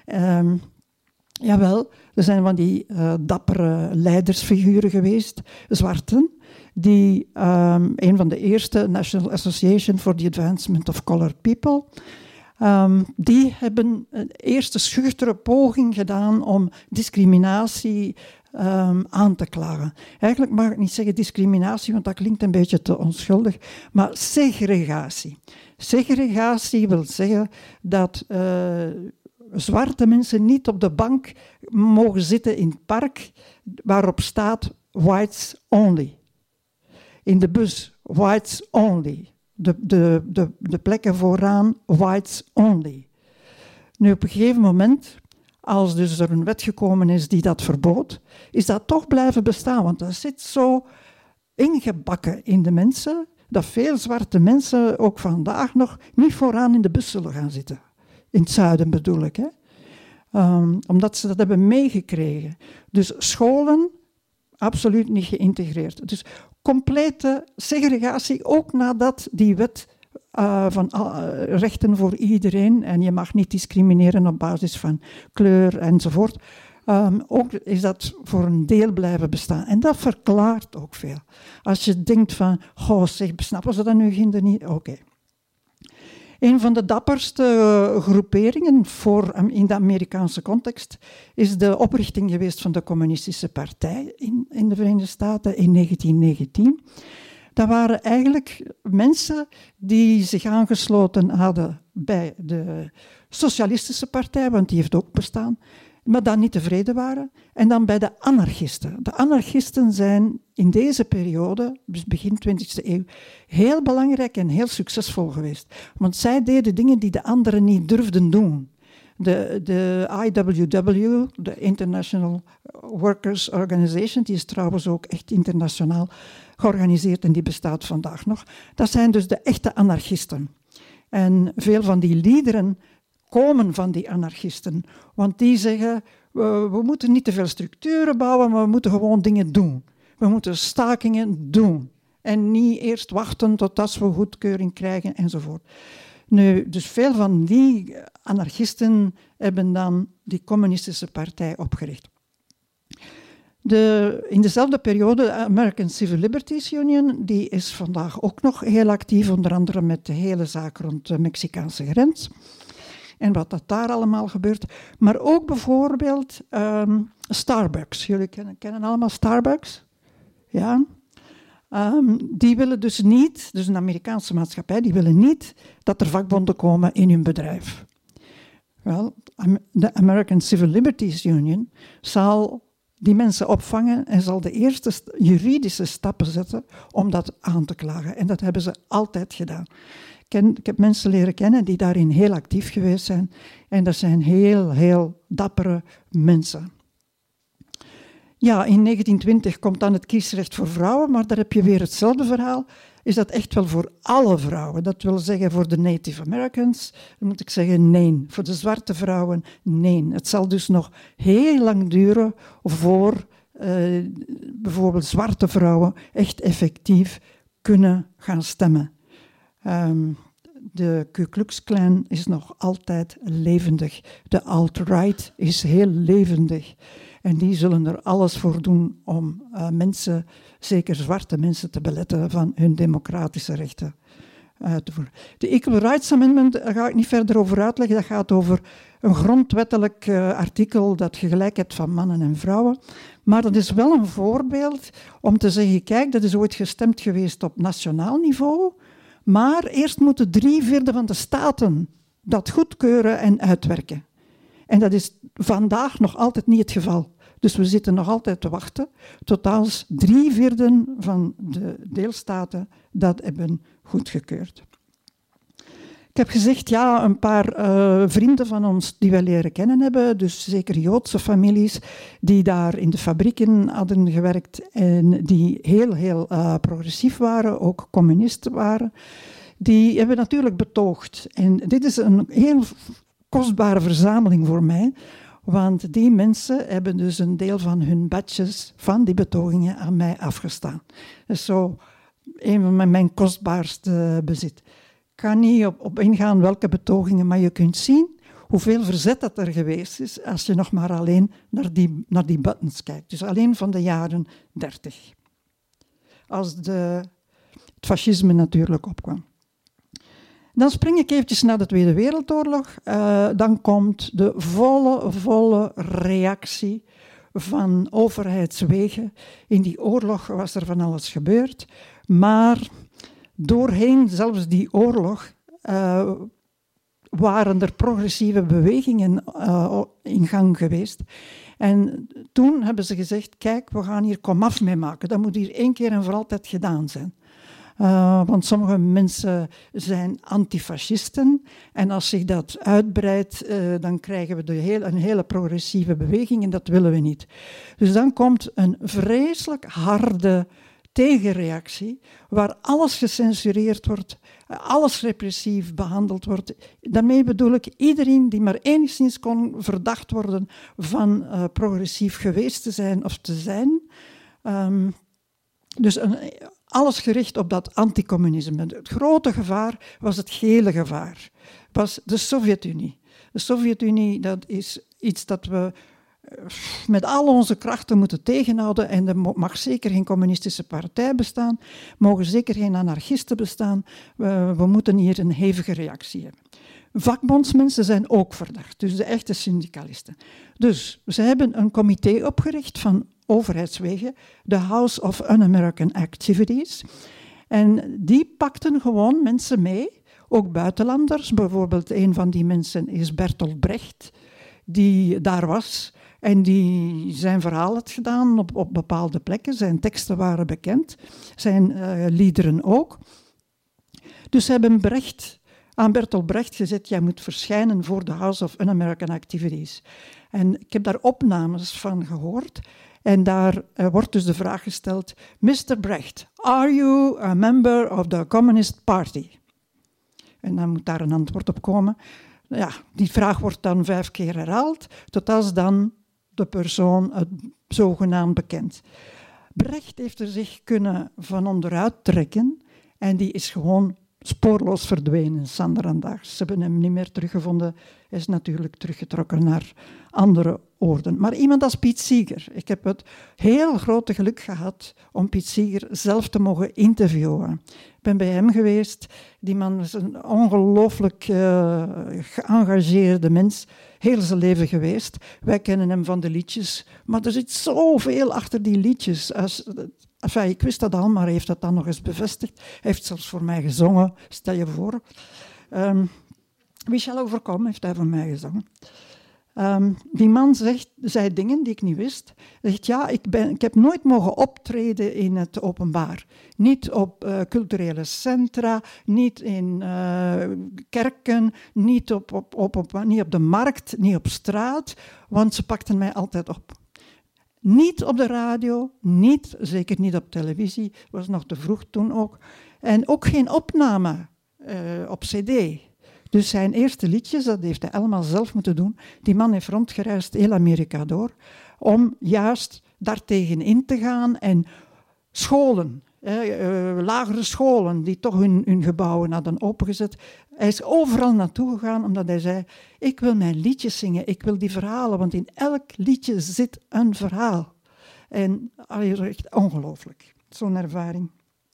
Jawel, er zijn van die dappere leidersfiguren geweest, zwarten, die een van de eerste National Association for the Advancement of Colored People, die hebben een eerste schuchtere poging gedaan om discriminatie aan te klagen. Eigenlijk mag ik niet zeggen discriminatie, want dat klinkt een beetje te onschuldig, maar segregatie. Segregatie wil zeggen dat zwarte mensen niet op de bank mogen zitten in het park waarop staat whites only. In de bus, whites only. De plekken vooraan, whites only. Nu, op een gegeven moment, als dus er een wet gekomen is die dat verbood, is dat toch blijven bestaan. Want dat zit zo ingebakken in de mensen, dat veel zwarte mensen ook vandaag nog niet vooraan in de bus zullen gaan zitten. In het zuiden bedoel ik. Hè? Omdat ze dat hebben meegekregen. Dus scholen, absoluut niet geïntegreerd. Dus complete segregatie, ook nadat die wet van rechten voor iedereen, en je mag niet discrimineren op basis van kleur enzovoort, ook is dat voor een deel blijven bestaan. En dat verklaart ook veel. Als je denkt van, goh, zeg, snappen ze dat nu niet? Oké. Een van de dapperste groeperingen in de Amerikaanse context is de oprichting geweest van de Communistische Partij in de Verenigde Staten in 1919. Dat waren eigenlijk mensen die zich aangesloten hadden bij de Socialistische Partij, want die heeft ook bestaan, maar dan niet tevreden waren. En dan bij de anarchisten. De anarchisten zijn in deze periode, dus begin 20e eeuw, heel belangrijk en heel succesvol geweest. Want zij deden dingen die de anderen niet durfden doen. De IWW, de International Workers Organization, die is trouwens ook echt internationaal georganiseerd en die bestaat vandaag nog. Dat zijn dus de echte anarchisten. En veel van die liederen komen van die anarchisten. Want die zeggen, we moeten niet te veel structuren bouwen, maar we moeten gewoon dingen doen. We moeten stakingen doen. En niet eerst wachten totdat we goedkeuring krijgen enzovoort. Nu, dus veel van die anarchisten hebben dan die Communistische Partij opgericht. In dezelfde periode, de American Civil Liberties Union, die is vandaag ook nog heel actief, onder andere met de hele zaak rond de Mexicaanse grens. En wat dat daar allemaal gebeurt. Maar ook bijvoorbeeld Starbucks. Jullie kennen allemaal Starbucks? Ja. Die willen dus niet, dus een Amerikaanse maatschappij, die willen niet dat er vakbonden komen in hun bedrijf. Wel, de American Civil Liberties Union zal die mensen opvangen en zal de eerste juridische stappen zetten om dat aan te klagen. En dat hebben ze altijd gedaan. Ik heb mensen leren kennen die daarin heel actief geweest zijn. En dat zijn heel, heel dappere mensen. Ja, in 1920 komt dan het kiesrecht voor vrouwen, maar daar heb je weer hetzelfde verhaal. Is dat echt wel voor alle vrouwen? Dat wil zeggen voor de Native Americans, dan moet ik zeggen nee. Voor de zwarte vrouwen, nee. Het zal dus nog heel lang duren voor bijvoorbeeld zwarte vrouwen echt effectief kunnen gaan stemmen. De Ku Klux Klan is nog altijd levendig. De alt-right is heel levendig. En die zullen er alles voor doen om mensen, zeker zwarte mensen, te beletten van hun democratische rechten uit te voeren. De Equal Rights Amendment, daar ga ik niet verder over uitleggen. Dat gaat over een grondwettelijk artikel dat je gelijk hebt van mannen en vrouwen. Maar dat is wel een voorbeeld om te zeggen, kijk, dat is ooit gestemd geweest op nationaal niveau. Maar eerst moeten 3/4 van de staten dat goedkeuren en uitwerken. En dat is vandaag nog altijd niet het geval. Dus we zitten nog altijd te wachten tot als 3/4 van de deelstaten dat hebben goedgekeurd. Ik heb gezegd, ja, een paar vrienden van ons die wij leren kennen hebben, dus zeker Joodse families, die daar in de fabrieken hadden gewerkt en die heel progressief waren, ook communisten waren, die hebben natuurlijk betoogd. En dit is een heel kostbare verzameling voor mij, want die mensen hebben dus een deel van hun badges van die betogingen aan mij afgestaan. Dat is zo een van mijn kostbaarste bezit. Ik ga niet op ingaan welke betogingen, maar je kunt zien hoeveel verzet dat er geweest is als je nog maar alleen naar die buttons kijkt. Dus alleen van de jaren 30. Als het fascisme natuurlijk opkwam. Dan spring ik eventjes naar de Tweede Wereldoorlog. Dan komt de volle reactie van overheidswegen. In die oorlog was er van alles gebeurd. Maar doorheen zelfs die oorlog waren er progressieve bewegingen in gang geweest. En toen hebben ze gezegd, kijk, we gaan hier komaf mee maken. Dat moet hier 1 keer en voor altijd gedaan zijn. Want sommige mensen zijn antifascisten en als zich dat uitbreidt, dan krijgen we een hele progressieve beweging en dat willen we niet. Dus dan komt een vreselijk harde tegenreactie, waar alles gecensureerd wordt, alles repressief behandeld wordt. Daarmee bedoel ik iedereen die maar enigszins kon verdacht worden van progressief geweest te zijn of te zijn. Dus alles gericht op dat anticommunisme. Het grote gevaar was het gele gevaar, was de Sovjet-Unie. De Sovjet-Unie, dat is iets dat we met al onze krachten moeten tegenhouden en er mag zeker geen communistische partij bestaan, mogen zeker geen anarchisten bestaan. We moeten hier een hevige reactie hebben. Vakbondsmensen zijn ook verdacht, dus de echte syndicalisten. Dus ze hebben een comité opgericht van overheidswegen, de House of Un-American Activities. En die pakten gewoon mensen mee, ook buitenlanders. Bijvoorbeeld een van die mensen is Bertolt Brecht, die daar was en die zijn verhaal had gedaan op bepaalde plekken. Zijn teksten waren bekend, zijn liederen ook. Dus ze hebben aan Bertolt Brecht gezegd, jij moet verschijnen voor de House of Un-American Activities. En ik heb daar opnames van gehoord. En daar wordt dus de vraag gesteld, Mr. Brecht, are you a member of the Communist Party? En dan moet daar een antwoord op komen. Ja, die vraag wordt dan 5 keer herhaald, tot als dan de persoon het zogenaamd bekent. Brecht heeft er zich kunnen van onderuit trekken en die is gewoon spoorloos verdwenen, Sanderandaags. Ze hebben hem niet meer teruggevonden. Hij is natuurlijk teruggetrokken naar andere oorden. Maar iemand als Piet Seeger. Ik heb het heel grote geluk gehad om Piet Seeger zelf te mogen interviewen. Ik ben bij hem geweest. Die man is een ongelooflijk geëngageerde mens. Heel zijn leven geweest. Wij kennen hem van de liedjes. Maar er zit zoveel achter die liedjes. Enfin, ik wist dat al, maar hij heeft dat dan nog eens bevestigd. Hij heeft zelfs voor mij gezongen, stel je voor. Michel Overkom heeft hij voor mij gezongen. Die man zei dingen die ik niet wist. Hij zegt, ja, ik heb nooit mogen optreden in het openbaar. Niet op culturele centra, niet in kerken, niet niet op de markt, niet op straat, want ze pakten mij altijd op. Niet op de radio, zeker niet op televisie, was nog te vroeg toen ook. En ook geen opname op cd. Dus zijn eerste liedjes, dat heeft hij allemaal zelf moeten doen. Die man heeft rondgereisd, heel Amerika door, om juist daartegen in te gaan. En scholen, lagere scholen, die toch hun gebouwen hadden opengezet. Hij is overal naartoe gegaan, omdat hij zei, ik wil mijn liedjes zingen, ik wil die verhalen, want in elk liedje zit een verhaal. En echt ongelooflijk, zo'n ervaring.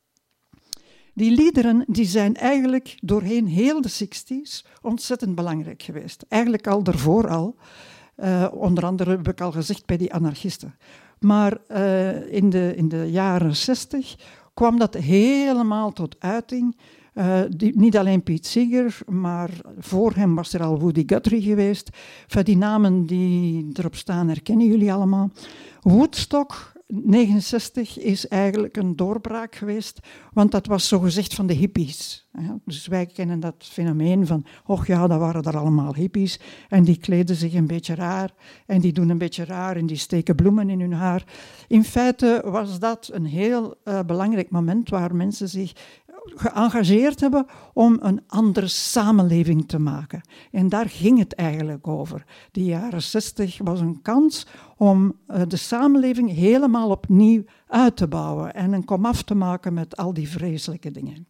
Die liederen die zijn eigenlijk doorheen heel de 60's ontzettend belangrijk geweest. Eigenlijk al daarvoor al. Onder andere heb ik al gezegd bij die anarchisten. Maar in de jaren 60 kwam dat helemaal tot uiting. Niet alleen Pete Seeger, maar voor hem was er al Woody Guthrie geweest. Van die namen die erop staan herkennen jullie allemaal. Woodstock 69 is eigenlijk een doorbraak geweest, want dat was zogezegd van de hippies. Dus wij kennen dat fenomeen van, och ja, dat waren er allemaal hippies en die kleden zich een beetje raar en die doen een beetje raar en die steken bloemen in hun haar. In feite was dat een heel belangrijk moment waar mensen zich geëngageerd hebben om een andere samenleving te maken. En daar ging het eigenlijk over. De jaren 60 was een kans om de samenleving helemaal opnieuw uit te bouwen en een komaf te maken met al die vreselijke dingen.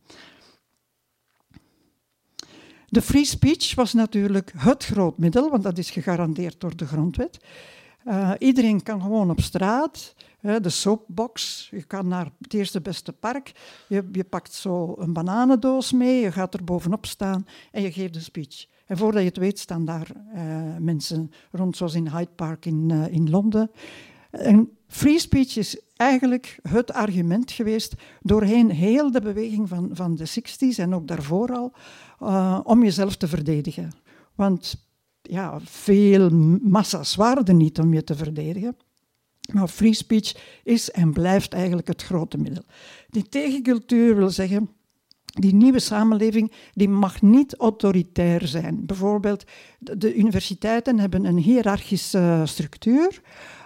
De free speech was natuurlijk het groot middel, want dat is gegarandeerd door de grondwet. Iedereen kan gewoon op straat, de soapbox, je kan naar het eerste beste park, je pakt zo een bananendoos mee, je gaat er bovenop staan en je geeft een speech. En voordat je het weet staan daar mensen rond, zoals in Hyde Park in Londen. En free speech is eigenlijk het argument geweest doorheen heel de beweging van de 60's en ook daarvoor al, om jezelf te verdedigen. Want ja, veel massa's waren er niet om je te verdedigen. Maar free speech is en blijft eigenlijk het grote middel. Die tegencultuur wil zeggen, die nieuwe samenleving die mag niet autoritair zijn. Bijvoorbeeld, de universiteiten hebben een hiërarchische structuur.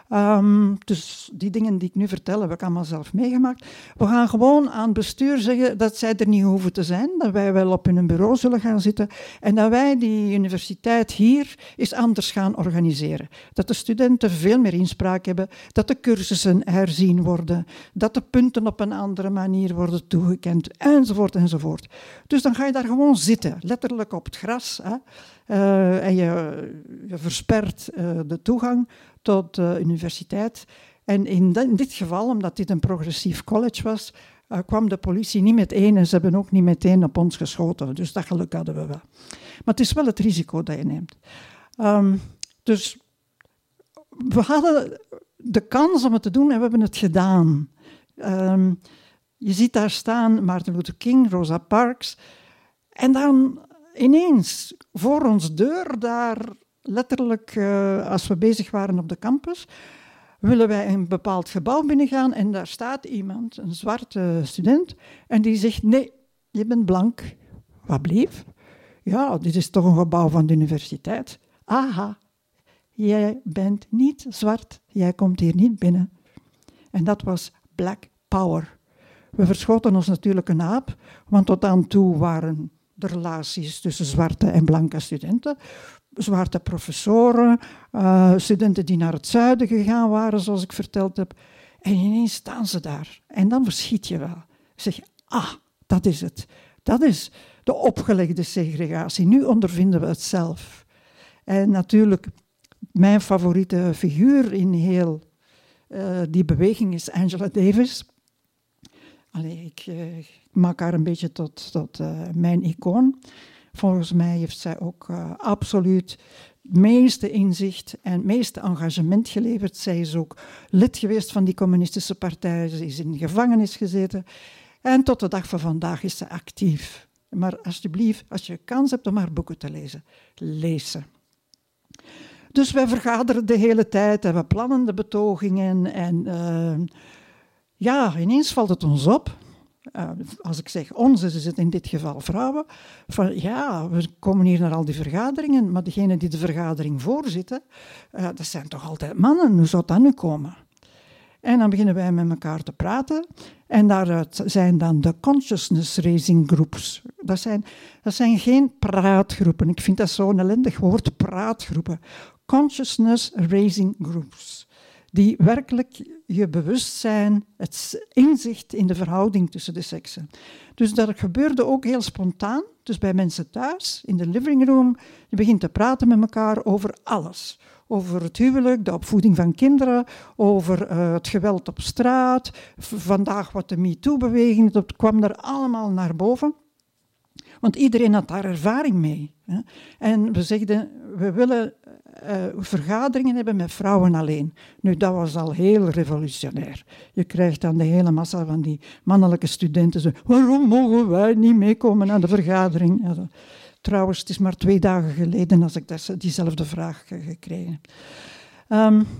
Dus die dingen die ik nu vertel, heb ik allemaal zelf meegemaakt. We gaan gewoon aan het bestuur zeggen dat zij er niet hoeven te zijn, dat wij wel op hun bureau zullen gaan zitten en dat wij die universiteit hier eens anders gaan organiseren. Dat de studenten veel meer inspraak hebben, dat de cursussen herzien worden, dat de punten op een andere manier worden toegekend, enzovoort, enzovoort. Dus dan ga je daar gewoon zitten, letterlijk op het gras, hè? En je verspert de toegang tot de universiteit. En in dit geval, omdat dit een progressief college was, kwam de politie niet meteen en ze hebben ook niet meteen op ons geschoten. Dus dat geluk hadden we wel. Maar het is wel het risico dat je neemt. Dus we hadden de kans om het te doen en we hebben het gedaan. Je ziet daar staan Martin Luther King, Rosa Parks. En dan ineens voor ons deur, daar letterlijk als we bezig waren op de campus, willen wij een bepaald gebouw binnengaan en daar staat iemand, een zwarte student, en die zegt, nee, je bent blank. Wat blief? Ja, dit is toch een gebouw van de universiteit. Aha, jij bent niet zwart, jij komt hier niet binnen. En dat was Black Power. We verschoten ons natuurlijk een aap, want tot aan toe waren de relaties tussen zwarte en blanke studenten. Zwarte professoren, studenten die naar het zuiden gegaan waren, zoals ik verteld heb. En ineens staan ze daar. En dan verschiet je wel. Zeg je, dat is het. Dat is de opgelegde segregatie. Nu ondervinden we het zelf. En natuurlijk, mijn favoriete figuur in heel die beweging is Angela Davis. Ik maak haar een beetje tot mijn icoon. Volgens mij heeft zij ook absoluut het meeste inzicht en het meeste engagement geleverd. Zij is ook lid geweest van die communistische partij. Ze is in de gevangenis gezeten. En tot de dag van vandaag is ze actief. Maar alsjeblieft, als je kans hebt om haar boeken te lezen, lees ze. Dus wij vergaderen de hele tijd en we plannen de betogingen. En ineens valt het ons op. Als ik zeg ons, is het in dit geval vrouwen. Van we komen hier naar al die vergaderingen, maar degenen die de vergadering voorzitten, dat zijn toch altijd mannen. Hoe zou dat nu komen? En dan beginnen wij met elkaar te praten. En daaruit zijn dan de consciousness raising groups. Dat zijn geen praatgroepen. Ik vind dat zo'n ellendig woord, praatgroepen. Consciousness raising groups. Die werkelijk je bewustzijn, het inzicht in de verhouding tussen de seksen. Dus dat gebeurde ook heel spontaan. Dus bij mensen thuis, in de living room, je begint te praten met elkaar over alles. Over het huwelijk, de opvoeding van kinderen, over het geweld op straat. Vandaag wat de MeToo-beweging, dat kwam er allemaal naar boven. Want iedereen had daar ervaring mee. Hè. En we zeiden, we willen vergaderingen hebben met vrouwen alleen. Nu, dat was al heel revolutionair. Je krijgt dan de hele massa van die mannelijke studenten. Zo, waarom mogen wij niet meekomen naar de vergadering? Ja, trouwens, het is maar 2 dagen geleden als ik diezelfde vraag gekregen heb.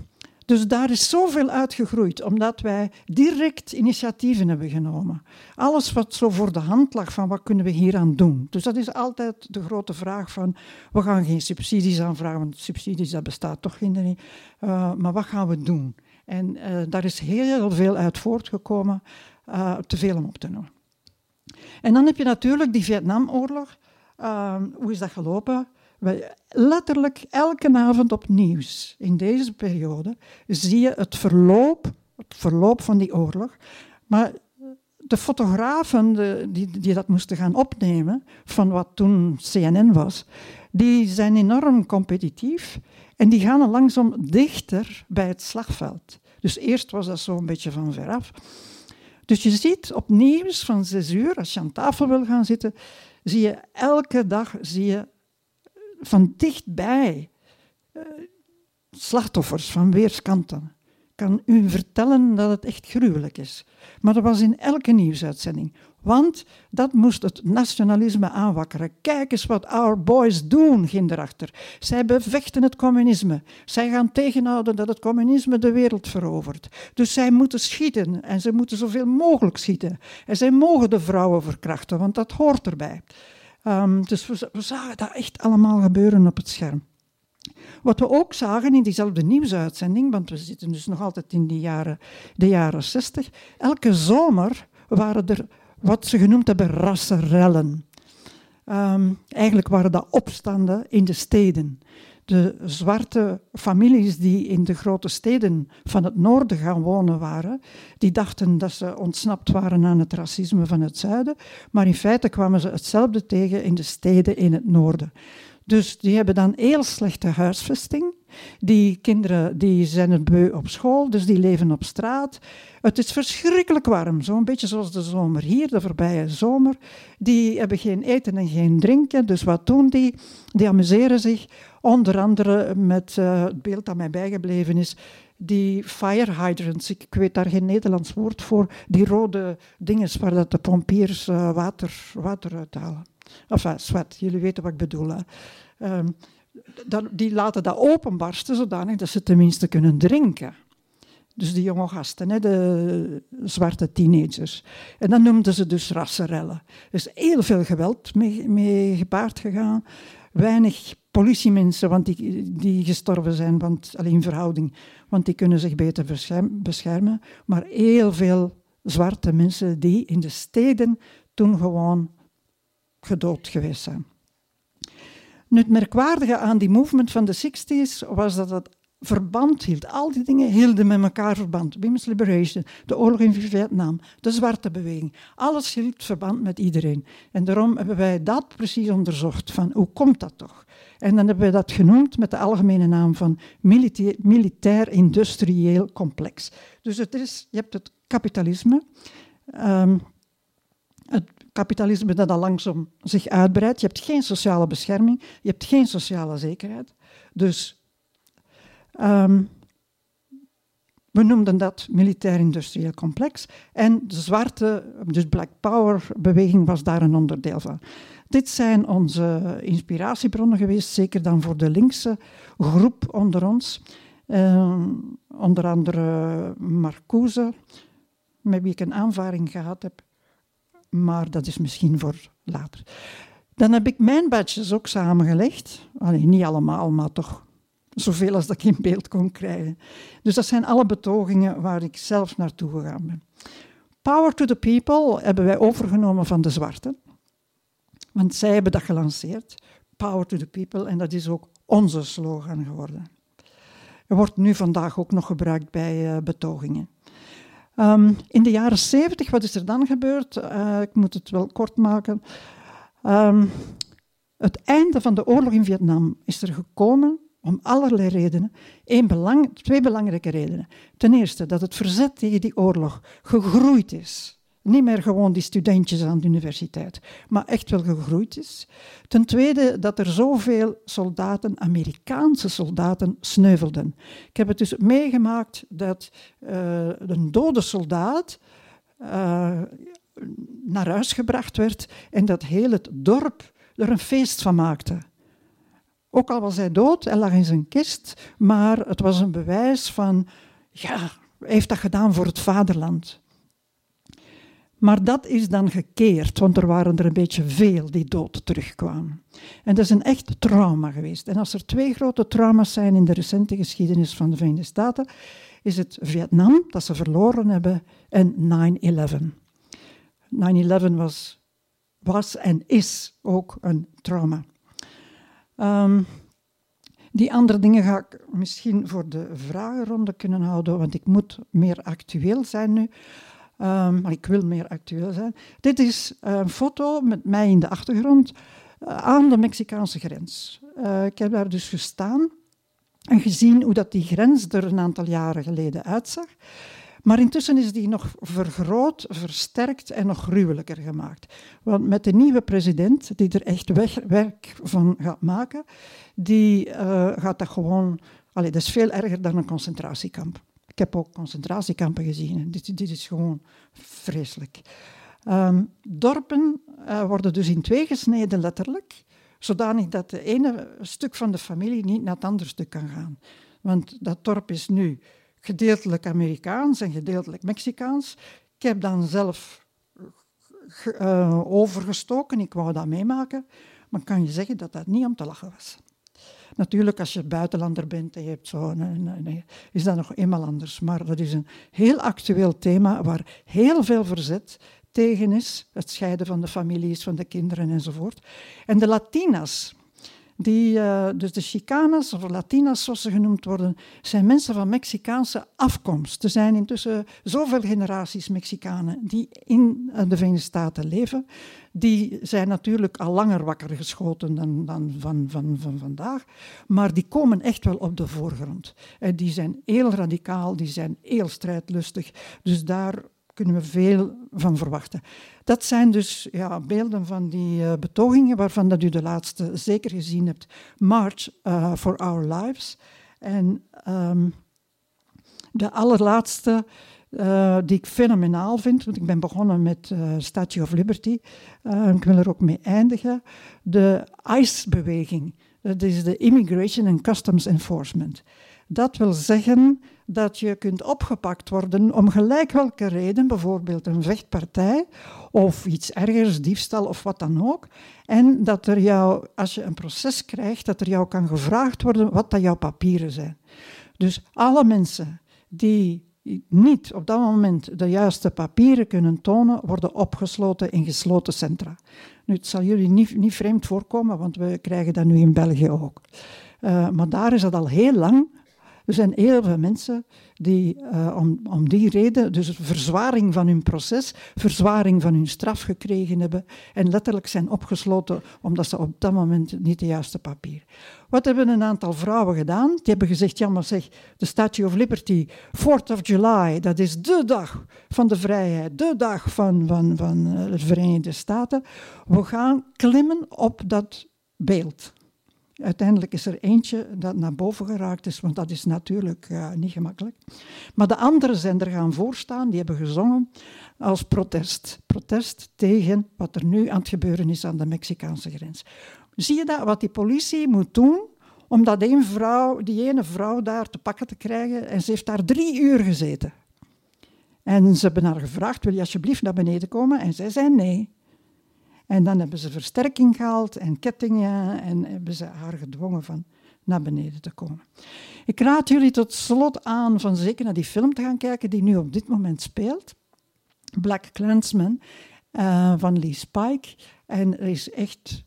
Dus daar is zoveel uitgegroeid, omdat wij direct initiatieven hebben genomen. Alles wat zo voor de hand lag van wat kunnen we hier aan doen. Dus dat is altijd de grote vraag van, we gaan geen subsidies aanvragen, want subsidies dat bestaat toch niet. Maar wat gaan we doen? En daar is heel veel uit voortgekomen, te veel om op te noemen. En dan heb je natuurlijk die Vietnamoorlog. Hoe is dat gelopen? Letterlijk elke avond op nieuws in deze periode zie je het verloop van die oorlog. Maar de fotografen die dat moesten gaan opnemen, van wat toen CNN was, die zijn enorm competitief en die gaan langzaam dichter bij het slagveld. Dus eerst was dat zo een beetje van veraf. Dus je ziet op nieuws van 6 uur, als je aan tafel wil gaan zitten, zie je elke dag van dichtbij slachtoffers van weerskanten. Ik kan u vertellen dat het echt gruwelijk is. Maar dat was in elke nieuwsuitzending. Want dat moest het nationalisme aanwakkeren. Kijk eens wat our boys doen, ging erachter. Zij bevechten het communisme. Zij gaan tegenhouden dat het communisme de wereld verovert. Dus zij moeten schieten en ze moeten zoveel mogelijk schieten. En zij mogen de vrouwen verkrachten, want dat hoort erbij. Dus we zagen dat echt allemaal gebeuren op het scherm. Wat we ook zagen in diezelfde nieuwsuitzending, want we zitten dus nog altijd in de jaren 60, elke zomer waren er wat ze genoemd hebben rassenrellen. Eigenlijk waren dat opstanden in de steden. De zwarte families die in de grote steden van het noorden gaan wonen waren, die dachten dat ze ontsnapt waren aan het racisme van het zuiden, maar in feite kwamen ze hetzelfde tegen in de steden in het noorden. Dus die hebben dan heel slechte huisvesting. Die kinderen die zijn het beu op school, dus die leven op straat. Het is verschrikkelijk warm, zo'n beetje zoals de zomer hier, de voorbije zomer. Die hebben geen eten en geen drinken, dus wat doen die? Die amuseren zich, onder andere met het beeld dat mij bijgebleven is, die fire hydrants, ik weet daar geen Nederlands woord voor, die rode dinges waar dat de pompiers water uithalen. Enfin, zwart, jullie weten wat ik bedoel. Die laten dat openbarsten, zodanig dat ze tenminste kunnen drinken. Dus die jonge gasten, de zwarte teenagers. En dat noemden ze dus rassenrellen. Er is heel veel geweld mee gepaard gegaan. Weinig politiemensen want die gestorven zijn, in verhouding, want die kunnen zich beter beschermen. Maar heel veel zwarte mensen die in de steden toen gewoon gedood geweest zijn. Nu, het merkwaardige aan die movement van de 60's was dat het verband hield. Al die dingen hielden met elkaar verband. Women's Liberation, de oorlog in Vietnam, de zwarte beweging. Alles hield verband met iedereen. En daarom hebben wij dat precies onderzocht. Van hoe komt dat toch? En dan hebben wij dat genoemd met de algemene naam van militair-industrieel complex. Dus je hebt het kapitalisme. Het kapitalisme dat al langzaam zich uitbreidt. Je hebt geen sociale bescherming. Je hebt geen sociale zekerheid. Dus we noemden dat militair-industrieel complex. En de zwarte, dus Black Power-beweging was daar een onderdeel van. Dit zijn onze inspiratiebronnen geweest, zeker dan voor de linkse groep onder ons. Onder andere Marcuse, met wie ik een aanvaring gehad heb. Maar dat is misschien voor later. Dan heb ik mijn badges ook samengelegd. Niet allemaal, maar toch zoveel als dat ik in beeld kon krijgen. Dus dat zijn alle betogingen waar ik zelf naartoe gegaan ben. Power to the people hebben wij overgenomen van de zwarten. Want zij hebben dat gelanceerd. Power to the people. En dat is ook onze slogan geworden. Er wordt nu vandaag ook nog gebruikt bij betogingen. In de jaren 70, wat is er dan gebeurd? Ik moet het wel kort maken. Het einde van de oorlog in Vietnam is er gekomen om allerlei redenen. Twee belangrijke redenen. Ten eerste dat het verzet tegen die oorlog gegroeid is. Niet meer gewoon die studentjes aan de universiteit, maar echt wel gegroeid is. Ten tweede dat er zoveel soldaten, Amerikaanse soldaten, sneuvelden. Ik heb het dus meegemaakt dat een dode soldaat naar huis gebracht werd en dat heel het dorp er een feest van maakte. Ook al was hij dood, hij lag in zijn kist, maar het was een bewijs van, ja, hij heeft dat gedaan voor het vaderland. Maar dat is dan gekeerd, want er waren er een beetje veel die dood terugkwamen. En dat is een echt trauma geweest. En als er 2 grote trauma's zijn in de recente geschiedenis van de Verenigde Staten, is het Vietnam, dat ze verloren hebben, en 9/11. 9/11 was en is ook een trauma. Die andere dingen ga ik misschien voor de vragenronde kunnen houden, want ik moet meer actueel zijn nu. Maar ik wil meer actueel zijn. Dit is een foto met mij in de achtergrond aan de Mexicaanse grens. Ik heb daar dus gestaan en gezien hoe dat die grens er een aantal jaren geleden uitzag. Maar intussen is die nog vergroot, versterkt en nog gruwelijker gemaakt. Want met de nieuwe president, die er echt werk van gaat maken, die gaat dat gewoon... dat is veel erger dan een concentratiekamp. Ik heb ook concentratiekampen gezien en dit is gewoon vreselijk. Dorpen worden dus in 2 gesneden, letterlijk, zodanig dat de ene stuk van de familie niet naar het andere stuk kan gaan. Want dat dorp is nu gedeeltelijk Amerikaans en gedeeltelijk Mexicaans. Ik heb dan zelf overgestoken, ik wou dat meemaken, maar kan je zeggen dat dat niet om te lachen was. Natuurlijk, als je buitenlander bent en je hebt zo, is dat nog eenmaal anders. Maar dat is een heel actueel thema waar heel veel verzet tegen is. Het scheiden van de families, van de kinderen enzovoort. En de Latina's, dus de Chicanas of Latina's zoals ze genoemd worden, zijn mensen van Mexicaanse afkomst. Er zijn intussen zoveel generaties Mexicanen die in de Verenigde Staten leven. Die zijn natuurlijk al langer wakker geschoten dan van vandaag, maar die komen echt wel op de voorgrond. En die zijn heel radicaal, die zijn heel strijdlustig, dus daar kunnen we veel van verwachten. Dat zijn dus beelden van die betogingen, waarvan dat u de laatste zeker gezien hebt, March for Our Lives. En de allerlaatste, die ik fenomenaal vind, want ik ben begonnen met Statue of Liberty, ik wil er ook mee eindigen, de ICE-beweging. Dat is de Immigration and Customs Enforcement. Dat wil zeggen dat je kunt opgepakt worden om gelijk welke reden, bijvoorbeeld een vechtpartij of iets ergers, diefstal of wat dan ook. En dat er jou, als je een proces krijgt, dat er jou kan gevraagd worden wat dat jouw papieren zijn. Dus alle mensen die niet op dat moment de juiste papieren kunnen tonen, worden opgesloten in gesloten centra. Nu, het zal jullie niet vreemd voorkomen, want we krijgen dat nu in België ook. Maar daar is dat al heel lang. Er zijn heel veel mensen die om die reden, dus verzwaring van hun proces, verzwaring van hun straf gekregen hebben en letterlijk zijn opgesloten omdat ze op dat moment niet de juiste papier. Wat hebben een aantal vrouwen gedaan? Die hebben gezegd, ja maar zeg, de Statue of Liberty, 4th of July, dat is de dag van de vrijheid, de dag van de Verenigde Staten. We gaan klimmen op dat beeld. Uiteindelijk is er eentje dat naar boven geraakt is, want dat is natuurlijk niet gemakkelijk. Maar de anderen zijn er gaan voorstaan, die hebben gezongen als protest. Protest tegen wat er nu aan het gebeuren is aan de Mexicaanse grens. Zie je dat, wat die politie moet doen om dat die ene vrouw daar te pakken te krijgen? En ze heeft daar 3 uur gezeten. En ze hebben haar gevraagd, wil je alsjeblieft naar beneden komen? En zij zei nee. En dan hebben ze versterking gehaald en kettingen en hebben ze haar gedwongen van naar beneden te komen. Ik raad jullie tot slot aan van zeker naar die film te gaan kijken die nu op dit moment speelt. Black Klansman van Lee Spike. En er is echt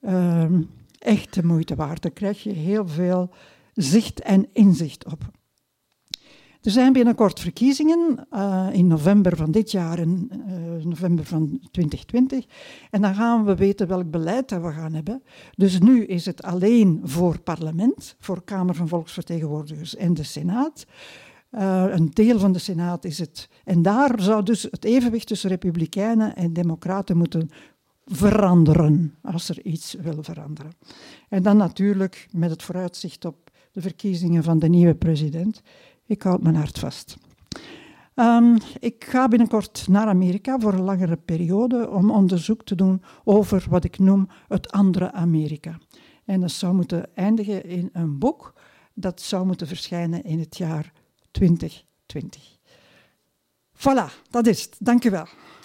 de moeite waard. Daar krijg je heel veel zicht en inzicht op. Er zijn binnenkort verkiezingen in november van dit jaar en november van 2020. En dan gaan we weten welk beleid dat we gaan hebben. Dus nu is het alleen voor parlement, voor Kamer van Volksvertegenwoordigers en de Senaat. Een deel van de Senaat is het. En daar zou dus het evenwicht tussen Republikeinen en Democraten moeten veranderen, als er iets wil veranderen. En dan natuurlijk met het vooruitzicht op de verkiezingen van de nieuwe president. Ik houd mijn hart vast. Ik ga binnenkort naar Amerika voor een langere periode om onderzoek te doen over wat ik noem het andere Amerika. En dat zou moeten eindigen in een boek dat zou moeten verschijnen in het jaar 2020. Voilà, dat is het. Dank u wel.